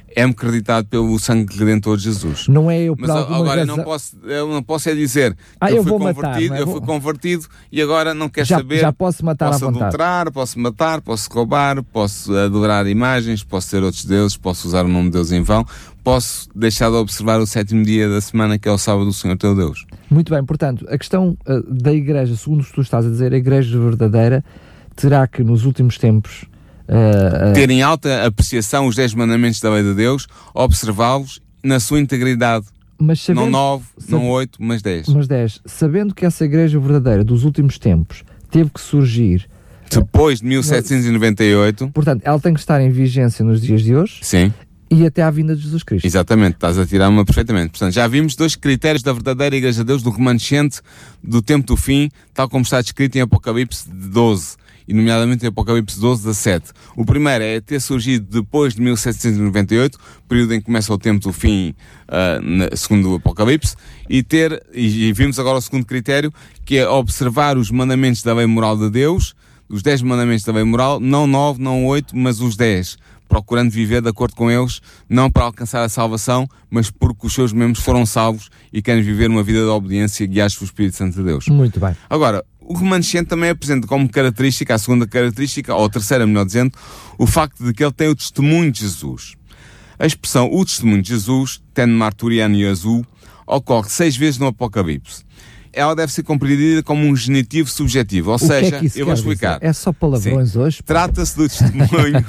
é-me creditado pelo sangue redentor de Jesus. Não é eu por Mas alguma agora razão... eu não posso, eu não posso é dizer que ah, eu, eu fui vou convertido, matar, eu vou... fui convertido e agora não quer já, saber. Já posso matar posso à vontade. adulterar, posso matar, posso roubar, posso adorar imagens, posso ter outros deuses, posso usar o nome de Deus em vão, posso deixar de observar o sétimo dia da semana, que é o sábado do Senhor teu Deus. Muito bem, portanto, a questão uh, da igreja, segundo o que tu estás a dizer, a igreja verdadeira terá que nos últimos tempos uh, uh... ter em alta apreciação os dez mandamentos da lei de Deus, observá-los na sua integridade. Mas sabendo, não nove, sab... não oito, mas dez. Mas dez. Sabendo que essa igreja verdadeira dos últimos tempos teve que surgir depois de mil setecentos e noventa e oito. Portanto, ela tem que estar em vigência nos dias de hoje. Sim. E até à vinda de Jesus Cristo. Exatamente, estás a tirar-me perfeitamente. Portanto, já vimos dois critérios da verdadeira Igreja de Deus, do remanescente do tempo do fim, tal como está descrito em Apocalipse doze, e nomeadamente em Apocalipse doze, dezassete. O primeiro é ter surgido depois de mil setecentos e noventa e oito, período em que começa o tempo do fim, uh, na, segundo o Apocalipse, e ter, e, e vimos agora o segundo critério, que é observar os mandamentos da lei moral de Deus, os dez mandamentos da lei moral, não nove, não oito, mas os dez, procurando viver de acordo com eles, não para alcançar a salvação, mas porque os seus membros foram salvos e querem viver uma vida de obediência guiados pelo Espírito Santo de Deus. Muito bem. Agora, o remanescente também apresenta como característica, a segunda característica, ou a terceira, melhor dizendo, o facto de que ele tem o testemunho de Jesus. A expressão o testemunho de Jesus, ten marturiano e azul, ocorre seis vezes no Apocalipse. Ela deve ser compreendida como um genitivo subjetivo, ou o seja, que é que eu vou explicar. Dizer? É só palavrões. Sim. Hoje? Trata-se do testemunho,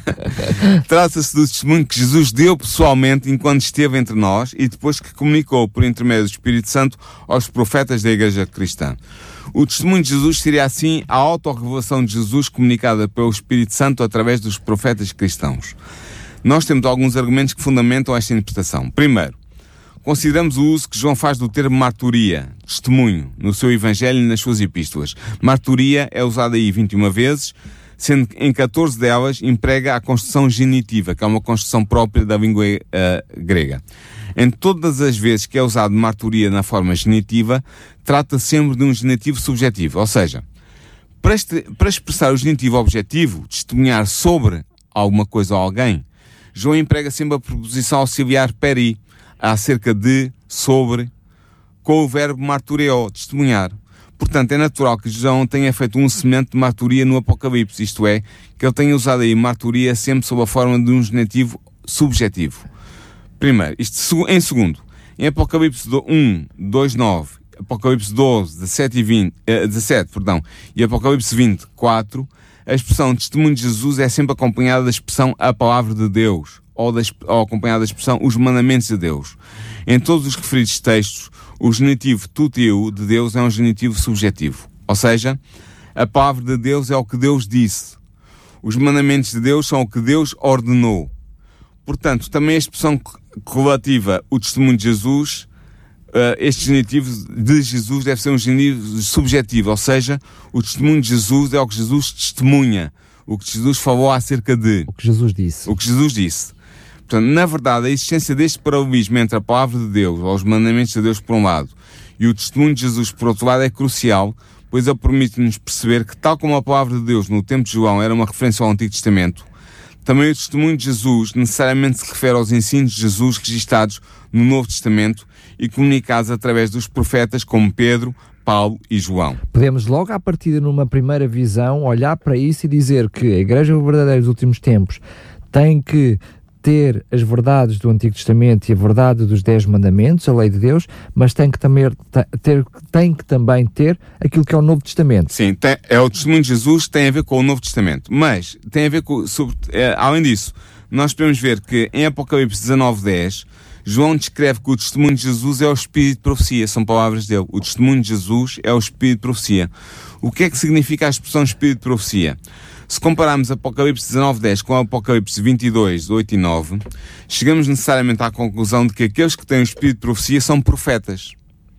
trata-se do testemunho que Jesus deu pessoalmente enquanto esteve entre nós e depois que comunicou por intermédio do Espírito Santo aos profetas da Igreja Cristã. O testemunho de Jesus seria assim a autorrevelação de Jesus comunicada pelo Espírito Santo através dos profetas cristãos. Nós temos alguns argumentos que fundamentam esta interpretação. Primeiro, consideramos o uso que João faz do termo marturia, testemunho, no seu Evangelho e nas suas epístolas. Marturia é usada aí vinte e uma vezes, sendo que em catorze delas emprega a construção genitiva, que é uma construção própria da língua uh, grega. Em todas as vezes que é usado marturia na forma genitiva, trata sempre de um genitivo subjetivo, ou seja, para, este, para expressar o genitivo objetivo, testemunhar sobre alguma coisa ou alguém, João emprega sempre a preposição auxiliar peri, acerca de, sobre, com o verbo martureo, testemunhar. Portanto, é natural que João tenha feito um semelhante de marturia no Apocalipse, isto é, que ele tenha usado aí marturia sempre sob a forma de um genitivo subjetivo. Primeiro, isto em segundo, em Apocalipse um, dois, nove, Apocalipse doze, dezassete e vinte, eh, dezassete, perdão, e Apocalipse vinte, quatro, a expressão testemunho de Jesus é sempre acompanhada da expressão a palavra de Deus, ou, da, ou acompanhada da expressão os mandamentos de Deus. Em todos os referidos textos, o genitivo tuteu de Deus é um genitivo subjetivo. Ou seja, a palavra de Deus é o que Deus disse. Os mandamentos de Deus são o que Deus ordenou. Portanto, também a expressão relativa o testemunho de Jesus, uh, este genitivo de Jesus deve ser um genitivo subjetivo. Ou seja, o testemunho de Jesus é o que Jesus testemunha. O que Jesus falou acerca de. O que Jesus disse. O que Jesus disse. Portanto, na verdade, a existência deste paralelismo entre a palavra de Deus, ou os mandamentos de Deus por um lado, e o testemunho de Jesus por outro lado é crucial, pois ele permite-nos perceber que, tal como a palavra de Deus no tempo de João era uma referência ao Antigo Testamento, também o testemunho de Jesus necessariamente se refere aos ensinos de Jesus registados no Novo Testamento e comunicados através dos profetas como Pedro, Paulo e João. Podemos logo à partida, numa primeira visão, olhar para isso e dizer que a Igreja verdadeira dos últimos tempos tem que ter as verdades do Antigo Testamento e a verdade dos Dez Mandamentos, a lei de Deus, mas tem que também ter, tem que também ter aquilo que é o Novo Testamento. Sim, tem, é o testemunho de Jesus que tem a ver com o Novo Testamento, mas tem a ver com, sobre, é, além disso, nós podemos ver que em Apocalipse dezanove, dez, João descreve que o testemunho de Jesus é o Espírito de profecia, são palavras dele. O testemunho de Jesus é o Espírito de profecia. O que é que significa a expressão Espírito de profecia? Se compararmos Apocalipse dezanove, dez com Apocalipse vinte e dois, oito e nove, chegamos necessariamente à conclusão de que aqueles que têm o Espírito de profecia são profetas.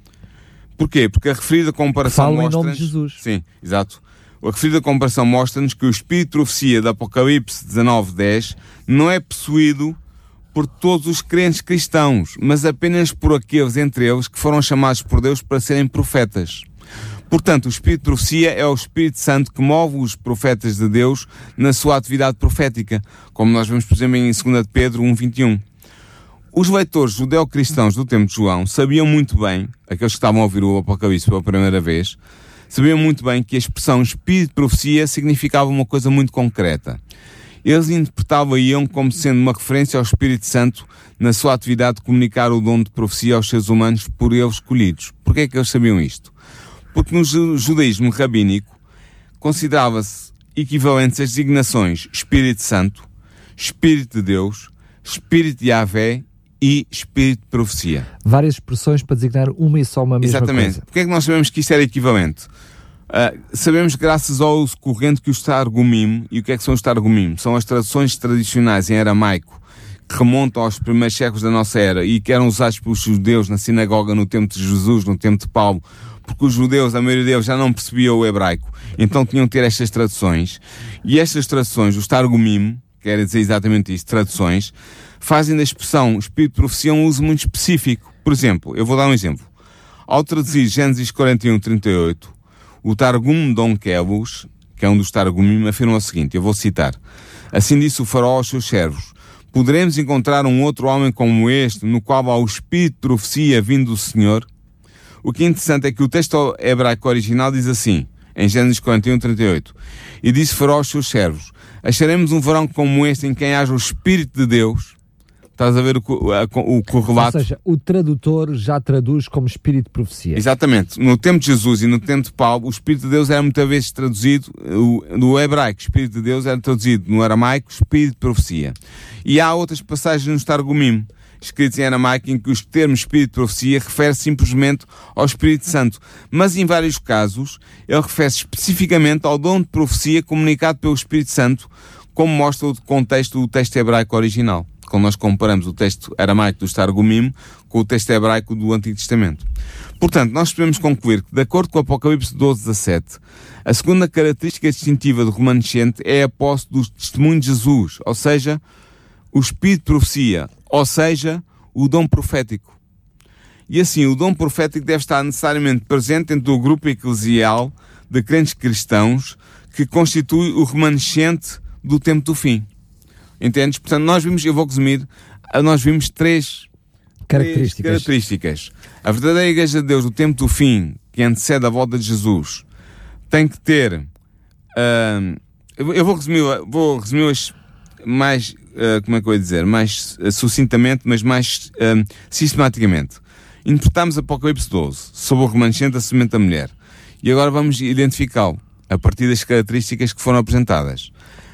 Porquê? Porque a referida comparação mostra-nos... Falam em nome de Jesus. Sim, exato. A referida comparação mostra-nos que o Espírito de profecia de Apocalipse dezanove, dez não é possuído por todos os crentes cristãos, mas apenas por aqueles entre eles que foram chamados por Deus para serem profetas. Portanto, o Espírito de Profecia é o Espírito Santo que move os profetas de Deus na sua atividade profética, como nós vemos, por exemplo, em segunda de Pedro um, vinte e um. Os leitores judeu-cristãos do tempo de João sabiam muito bem, aqueles que estavam a ouvir o Apocalipse pela primeira vez, sabiam muito bem que a expressão Espírito de Profecia significava uma coisa muito concreta. Eles interpretavam como sendo uma referência ao Espírito Santo na sua atividade de comunicar o dom de profecia aos seres humanos por eles escolhidos. Porquê é que eles sabiam isto? Porque no judaísmo rabínico considerava-se equivalentes as designações Espírito Santo, Espírito de Deus, Espírito de Yahvé e Espírito de Profecia. Várias expressões para designar uma e só uma mesma Exatamente. coisa. Porquê é que nós sabemos que isto era equivalente? Uh, sabemos graças ao uso corrente que os Targumim, e o que é que são os Targumim? São as traduções tradicionais em aramaico que remontam aos primeiros séculos da nossa era e que eram usados pelos judeus na sinagoga no tempo de Jesus, no tempo de Paulo, porque os judeus, a maioria deles, já não percebia o hebraico, então tinham que ter estas traduções. E estas traduções, os Targumim, quer dizer exatamente isto, traduções, fazem da expressão Espírito de Profecia um uso muito específico. Por exemplo, eu vou dar um exemplo. Ao traduzir Gênesis quarenta e um, trinta e oito, o Targum Dom Quebus, que é um dos Targumim, afirma o seguinte, eu vou citar: assim disse o faraó aos seus servos, poderemos encontrar um outro homem como este, no qual há o Espírito de Profecia vindo do Senhor? O que é interessante é que o texto hebraico original diz assim, em Gênesis quarenta e um, trinta e oito, e disse faraó aos seus servos, acharemos um varão como este em quem haja o Espírito de Deus? Estás a ver o, a, o correlato? Ou seja, o tradutor já traduz como Espírito de Profecia. Exatamente. No tempo de Jesus e no tempo de Paulo, o Espírito de Deus era muitas vezes traduzido, o, no hebraico, Espírito de Deus era traduzido no aramaico, Espírito de Profecia. E há outras passagens nos Targumim, escritos em aramaico, em que os termos Espírito de Profecia refere simplesmente ao Espírito Santo. Mas em vários casos, ele refere-se especificamente ao dom de profecia comunicado pelo Espírito Santo, como mostra o contexto do texto hebraico original, quando nós comparamos o texto aramaico dos Targumim com o texto hebraico do Antigo Testamento. Portanto, nós podemos concluir que, de acordo com o Apocalipse doze, dezassete, a segunda característica distintiva do remanescente é a posse do testemunho de Jesus, ou seja, o Espírito de Profecia, ou seja, o dom profético. E assim, o dom profético deve estar necessariamente presente dentro do grupo eclesial de crentes cristãos que constitui o remanescente do tempo do fim. Entendes? Portanto, nós vimos, eu vou resumir, nós vimos três características. três características. A verdadeira Igreja de Deus do tempo do fim, que antecede a volta de Jesus, tem que ter, uh, eu vou resumir, vou resumir mais, uh, como é que eu ia dizer, mais uh, sucintamente, mas mais uh, sistematicamente. Interpretamos Apocalipse doze, sobre o remanescente da semente da mulher. E agora vamos identificá-lo, a partir das características que foram apresentadas.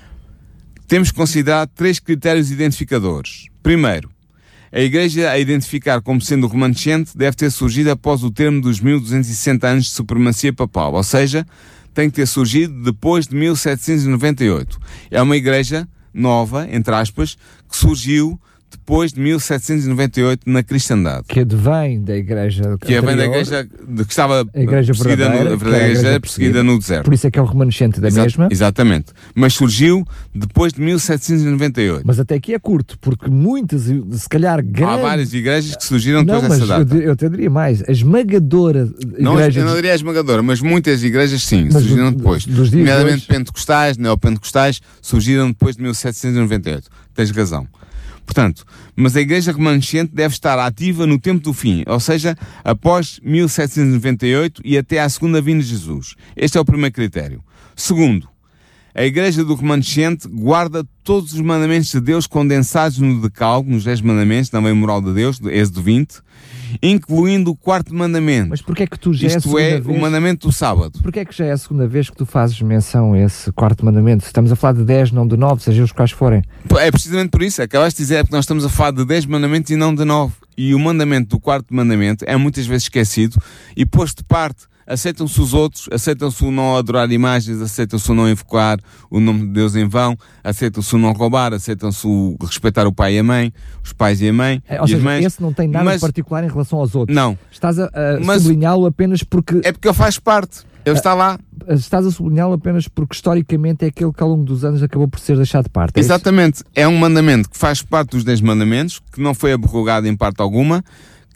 Temos que considerar três critérios identificadores. Primeiro, a Igreja a identificar como sendo o remanescente deve ter surgido após o termo dos mil duzentos e sessenta anos de supremacia papal, ou seja, tem que ter surgido depois de mil setecentos e noventa e oito. É uma Igreja nova, entre aspas, que surgiu depois de mil setecentos e noventa e oito na cristandade. Que advém da igreja que advém da igreja de, que estava a igreja perseguida, verdadeira, no, a verdadeira é a igreja igreja perseguida no deserto. Por isso é que é o remanescente da Exato, mesma. Exatamente. Mas surgiu depois de mil setecentos e noventa e oito. Mas até aqui é curto, porque muitas, se calhar grandes... Há várias igrejas que surgiram depois não, dessa mas data. Eu, eu te diria mais. A esmagadora não, igreja... Eu não diria a esmagadora, mas muitas igrejas sim, mas surgiram do, depois. Dos dias nomeadamente hoje... pentecostais, neopentecostais, surgiram depois de mil setecentos e noventa e oito. Tens razão. Portanto, mas a Igreja remanescente deve estar ativa no tempo do fim, ou seja, após mil setecentos e noventa e oito e até à segunda vinda de Jesus. Este é o primeiro critério. Segundo, a Igreja do remanescente guarda todos os mandamentos de Deus condensados no Decálogo, nos dez mandamentos, na lei moral de Deus, de Êxodo vinte, incluindo o quarto mandamento. Mas porquê é que tu já Isto é, é vez... o mandamento do sábado. Porquê é que já é a segunda vez que tu fazes menção a esse quarto mandamento? Estamos a falar de dez, não de nove, seja os quais forem. É precisamente por isso. Acabaste de dizer que nós estamos a falar de dez mandamentos e não de nove. E o mandamento do quarto mandamento é muitas vezes esquecido e posto de parte. Aceitam-se os outros, aceitam-se o não adorar imagens, aceitam-se o não invocar o nome de Deus em vão, aceitam-se o não roubar, aceitam-se o respeitar o pai e a mãe, os pais e a mãe. É, ou e seja, as mães. Esse não tem nada mas, em particular em relação aos outros. Não. Estás a, a mas, sublinhá-lo apenas porque... É porque ele faz parte. Ele está lá. Estás a sublinhá-lo apenas porque historicamente é aquele que ao longo dos anos acabou por ser deixado de parte. É Exatamente. Isso? É um mandamento que faz parte dos dez mandamentos, que não foi abrogado em parte alguma,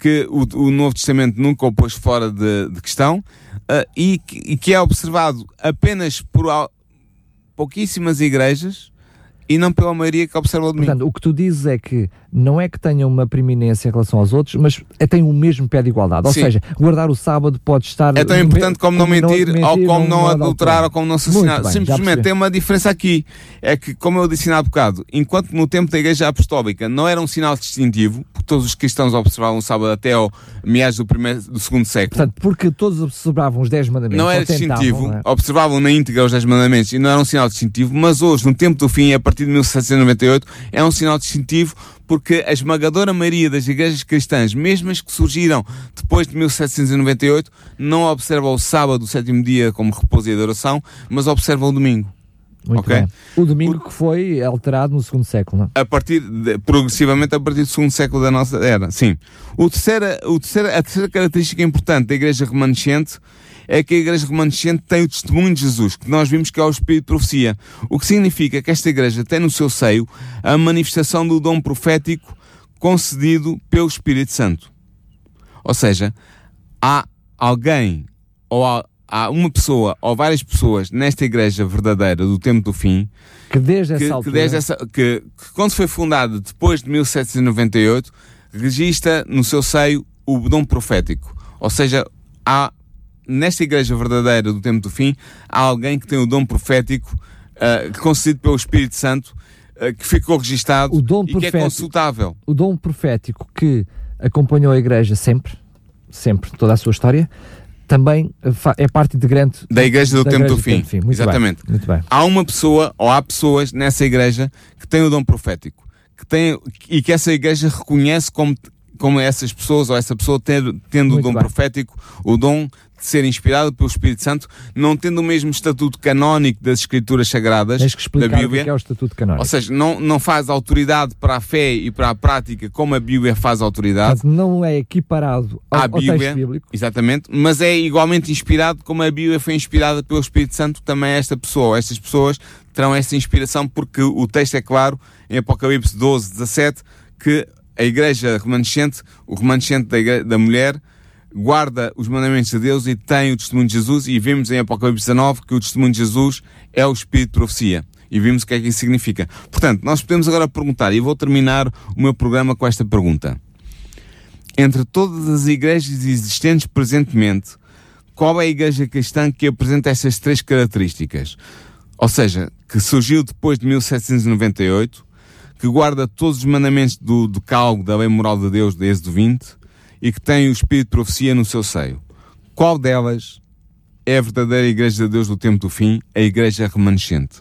que o, o Novo Testamento nunca o pôs fora de, de questão, uh, e, e que é observado apenas por al, pouquíssimas igrejas e não pela maioria que observa o domingo. Portanto, o que tu dizes é que não é que tenham uma preeminência em relação aos outros, mas é, tem o mesmo pé de igualdade. Ou Sim. seja, guardar o sábado pode estar... É tão importante como, como não mentir, mentir ou como não, não adulterar, ou como não assassinar. Bem, simplesmente tem uma diferença aqui. É que, como eu disse há bocado, enquanto no tempo da Igreja Apostólica não era um sinal distintivo, porque todos os cristãos observavam o sábado até ao meados do, primeiro, do segundo século. Portanto, porque todos observavam os dez mandamentos. Não era tentavam, distintivo, não é? observavam na íntegra os dez mandamentos e não era um sinal distintivo, mas hoje, no tempo do fim, a partir de mil setecentos e noventa e oito, é um sinal distintivo, porque a esmagadora maioria das igrejas cristãs, mesmo as que surgiram depois de mil setecentos e noventa e oito, não observam o sábado, o sétimo dia, como repouso e adoração, mas observam o domingo. Muito okay? bem. O domingo Por... que foi alterado no segundo século, não? A partir de, progressivamente a partir do segundo século da nossa era, sim. O terceira, o terceira, a terceira característica importante da igreja remanescente é que a igreja remanescente tem o testemunho de Jesus, que nós vimos que é o Espírito de Profecia. O que significa que esta igreja tem no seu seio a manifestação do dom profético concedido pelo Espírito Santo. Ou seja, há alguém, ou há, há uma pessoa, ou várias pessoas nesta igreja verdadeira do tempo do fim, que desde essa que, altura... que, desde essa, que, que quando foi fundada depois de mil setecentos e noventa e oito, registra no seu seio o dom profético. Ou seja, há nesta igreja verdadeira do tempo do fim, há alguém que tem o dom profético uh, concedido pelo Espírito Santo, uh, que ficou registado e que é consultável. O dom profético que acompanhou a igreja sempre, sempre, toda a sua história, também é parte integrante da igreja do, da tempo, igreja do do fim. tempo do fim. Muito Exatamente. Bem, muito bem. Há uma pessoa, ou há pessoas nessa igreja que têm o dom profético, que tem, e que essa igreja reconhece como, como essas pessoas, ou essa pessoa ter, tendo muito o dom bem. profético, o dom de ser inspirado pelo Espírito Santo, não tendo o mesmo estatuto canónico das Escrituras Sagradas Tens que explicar da Bíblia. O que é o estatuto canónico. Ou seja, não, não faz autoridade para a fé e para a prática como a Bíblia faz autoridade. Portanto, não é equiparado ao, à ao Bíblia, texto bíblico. Exatamente, mas é igualmente inspirado como a Bíblia foi inspirada pelo Espírito Santo, também esta pessoa. Estas pessoas terão essa inspiração porque o texto é claro, em Apocalipse doze, dezassete, que a igreja remanescente, o remanescente da, igreja, da mulher, guarda os mandamentos de Deus e tem o testemunho de Jesus, e vimos em Apocalipse dezanove que o testemunho de Jesus é o Espírito de Profecia. E vimos o que é que isso significa. Portanto, nós podemos agora perguntar, e vou terminar o meu programa com esta pergunta. Entre todas as igrejas existentes presentemente, qual é a igreja cristã que apresenta estas três características? Ou seja, que surgiu depois de mil setecentos e noventa e oito, que guarda todos os mandamentos do decálogo da lei moral de Deus, de Êxodo vinte, e que tem o Espírito de Profecia no seu seio. Qual delas é a verdadeira igreja de Deus do tempo do fim, a igreja remanescente?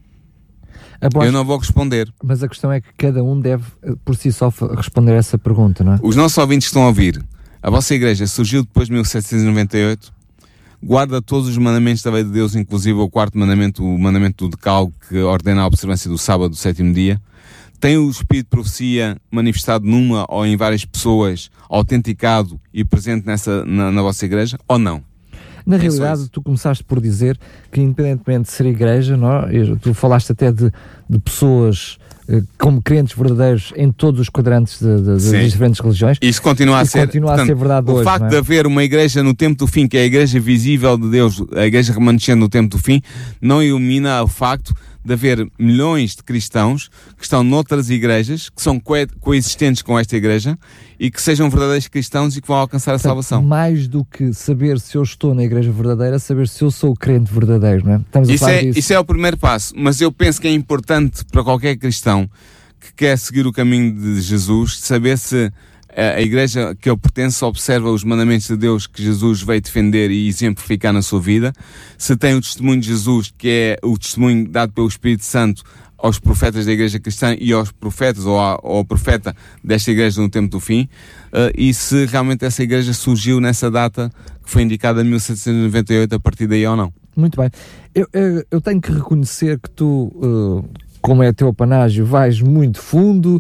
Aposto, eu não vou responder. Mas a questão é que cada um deve, por si só, responder a essa pergunta, não é? Os nossos ouvintes estão a ouvir. A vossa igreja surgiu depois de mil setecentos e noventa e oito, guarda todos os mandamentos da lei de Deus, inclusive o quarto mandamento, o mandamento do decálogo, que ordena a observância do sábado, do sétimo dia. Tem o Espírito de Profecia manifestado numa ou em várias pessoas, autenticado e presente nessa, na, na vossa igreja, ou não? Na realidade, tu começaste por dizer que, independentemente de ser igreja, não é? Tu falaste até de, de pessoas eh, como crentes verdadeiros em todos os quadrantes de, de, das diferentes religiões. Isso continua a Isso ser, continua portanto, a ser verdade o hoje. O facto não é? de haver uma igreja no tempo do fim, que é a igreja visível de Deus, a igreja remanescente no tempo do fim, não elimina o facto de haver milhões de cristãos que estão noutras igrejas, que são co- coexistentes com esta igreja e que sejam verdadeiros cristãos e que vão alcançar a Portanto, salvação. Mais do que saber se eu estou na igreja verdadeira, saber se eu sou o crente verdadeiro, não é? Estamos a Isso, falar é, disso. isso é o primeiro passo, mas eu penso que é importante para qualquer cristão que quer seguir o caminho de Jesus, saber se a igreja que ele pertence observa os mandamentos de Deus que Jesus veio defender e exemplificar na sua vida, se tem o testemunho de Jesus, que é o testemunho dado pelo Espírito Santo aos profetas da igreja cristã e aos profetas, ou ao, ao profeta desta igreja no tempo do fim, uh, e se realmente essa igreja surgiu nessa data que foi indicada em mil setecentos e noventa e oito, a partir daí ou não. Muito bem. Eu, eu, eu tenho que reconhecer que tu... Uh... como é teu apanágio, vais muito fundo,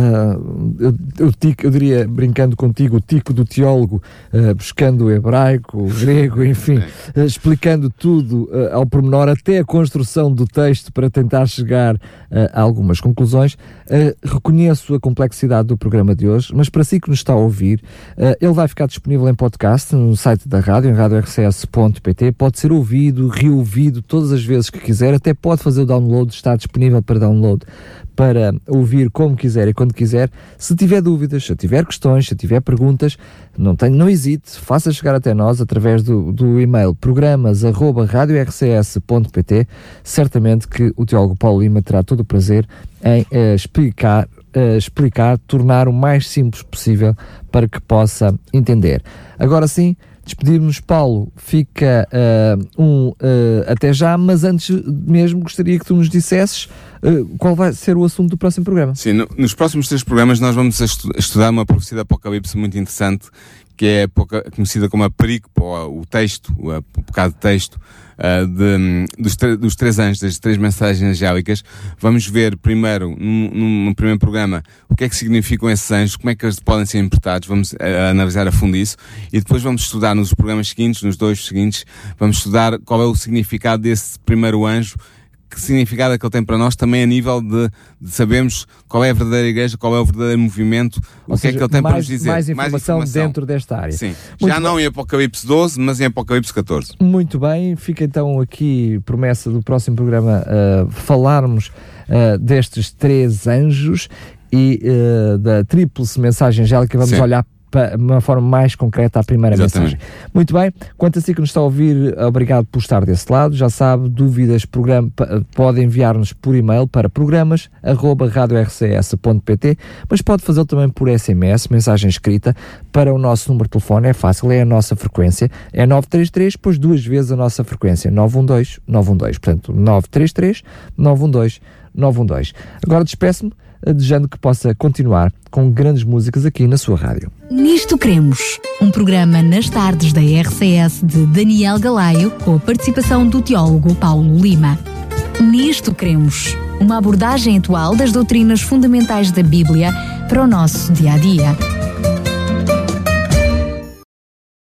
uh, eu, eu, tico, eu diria, brincando contigo, o tico do teólogo, uh, buscando o hebraico, o grego, enfim, uh, explicando tudo uh, ao pormenor, até a construção do texto para tentar chegar uh, a algumas conclusões. Uh, reconheço a complexidade do programa de hoje, mas para si que nos está a ouvir, uh, ele vai ficar disponível em podcast no site da rádio, em rádio r c s ponto p t, pode ser ouvido, reouvido todas as vezes que quiser, até pode fazer o download, está disponível para download, para ouvir como quiser e quando quiser. Se tiver dúvidas, se tiver questões, se tiver perguntas, não, tem, não hesite, faça chegar até nós através do, do e-mail programas arroba rádio r c s ponto p t. Certamente que o teólogo Paulo Lima terá todo o prazer em uh, explicar, uh, explicar, tornar o mais simples possível para que possa entender. Agora sim, despedimos-nos, Paulo, fica uh, um uh, até já, mas antes mesmo gostaria que tu nos dissesses uh, qual vai ser o assunto do próximo programa. Sim, no, nos próximos três programas nós vamos estu- estudar uma profecia do Apocalipse muito interessante, que é conhecida como a perícope, ou o texto, o, o bocado de texto uh, de, dos, tre- dos três anjos, das três mensagens angélicas. Vamos ver primeiro, num, num primeiro programa, o que é que significam esses anjos, como é que eles podem ser interpretados, vamos uh, analisar a fundo isso, e depois vamos estudar nos programas seguintes, nos dois seguintes, vamos estudar qual é o significado desse primeiro anjo, que significado é que ele tem para nós, também a nível de, de sabermos qual é a verdadeira igreja, qual é o verdadeiro movimento, Ou o que seja, é que ele tem mais, para nos dizer. Mais informação, mais informação dentro desta área. Sim. Muito Já não em Apocalipse doze, mas em Apocalipse catorze. Muito bem, fica então aqui promessa do próximo programa uh, falarmos uh, destes três anjos e uh, da tríplice mensagem angélica. Vamos Sim. olhar de uma forma mais concreta à primeira Exatamente. mensagem. Muito bem, quanto a si que nos está a ouvir, obrigado por estar desse lado. Já sabe, dúvidas, programa, pode enviar-nos por e-mail para programas arroba rádio r c s ponto p t, mas pode fazê-lo também por S M S, mensagem escrita, para o nosso número de telefone. É fácil, é a nossa frequência, é nove três três, depois duas vezes a nossa frequência, nove um dois nove um dois, portanto nove três três nove um dois nove um dois. Agora despeço-me, desejando que possa continuar com grandes músicas aqui na sua rádio. Nisto Cremos, um programa nas tardes da R C S de Daniel Galaio, com a participação do teólogo Paulo Lima. Nisto Cremos, uma abordagem atual das doutrinas fundamentais da Bíblia para o nosso dia-a-dia.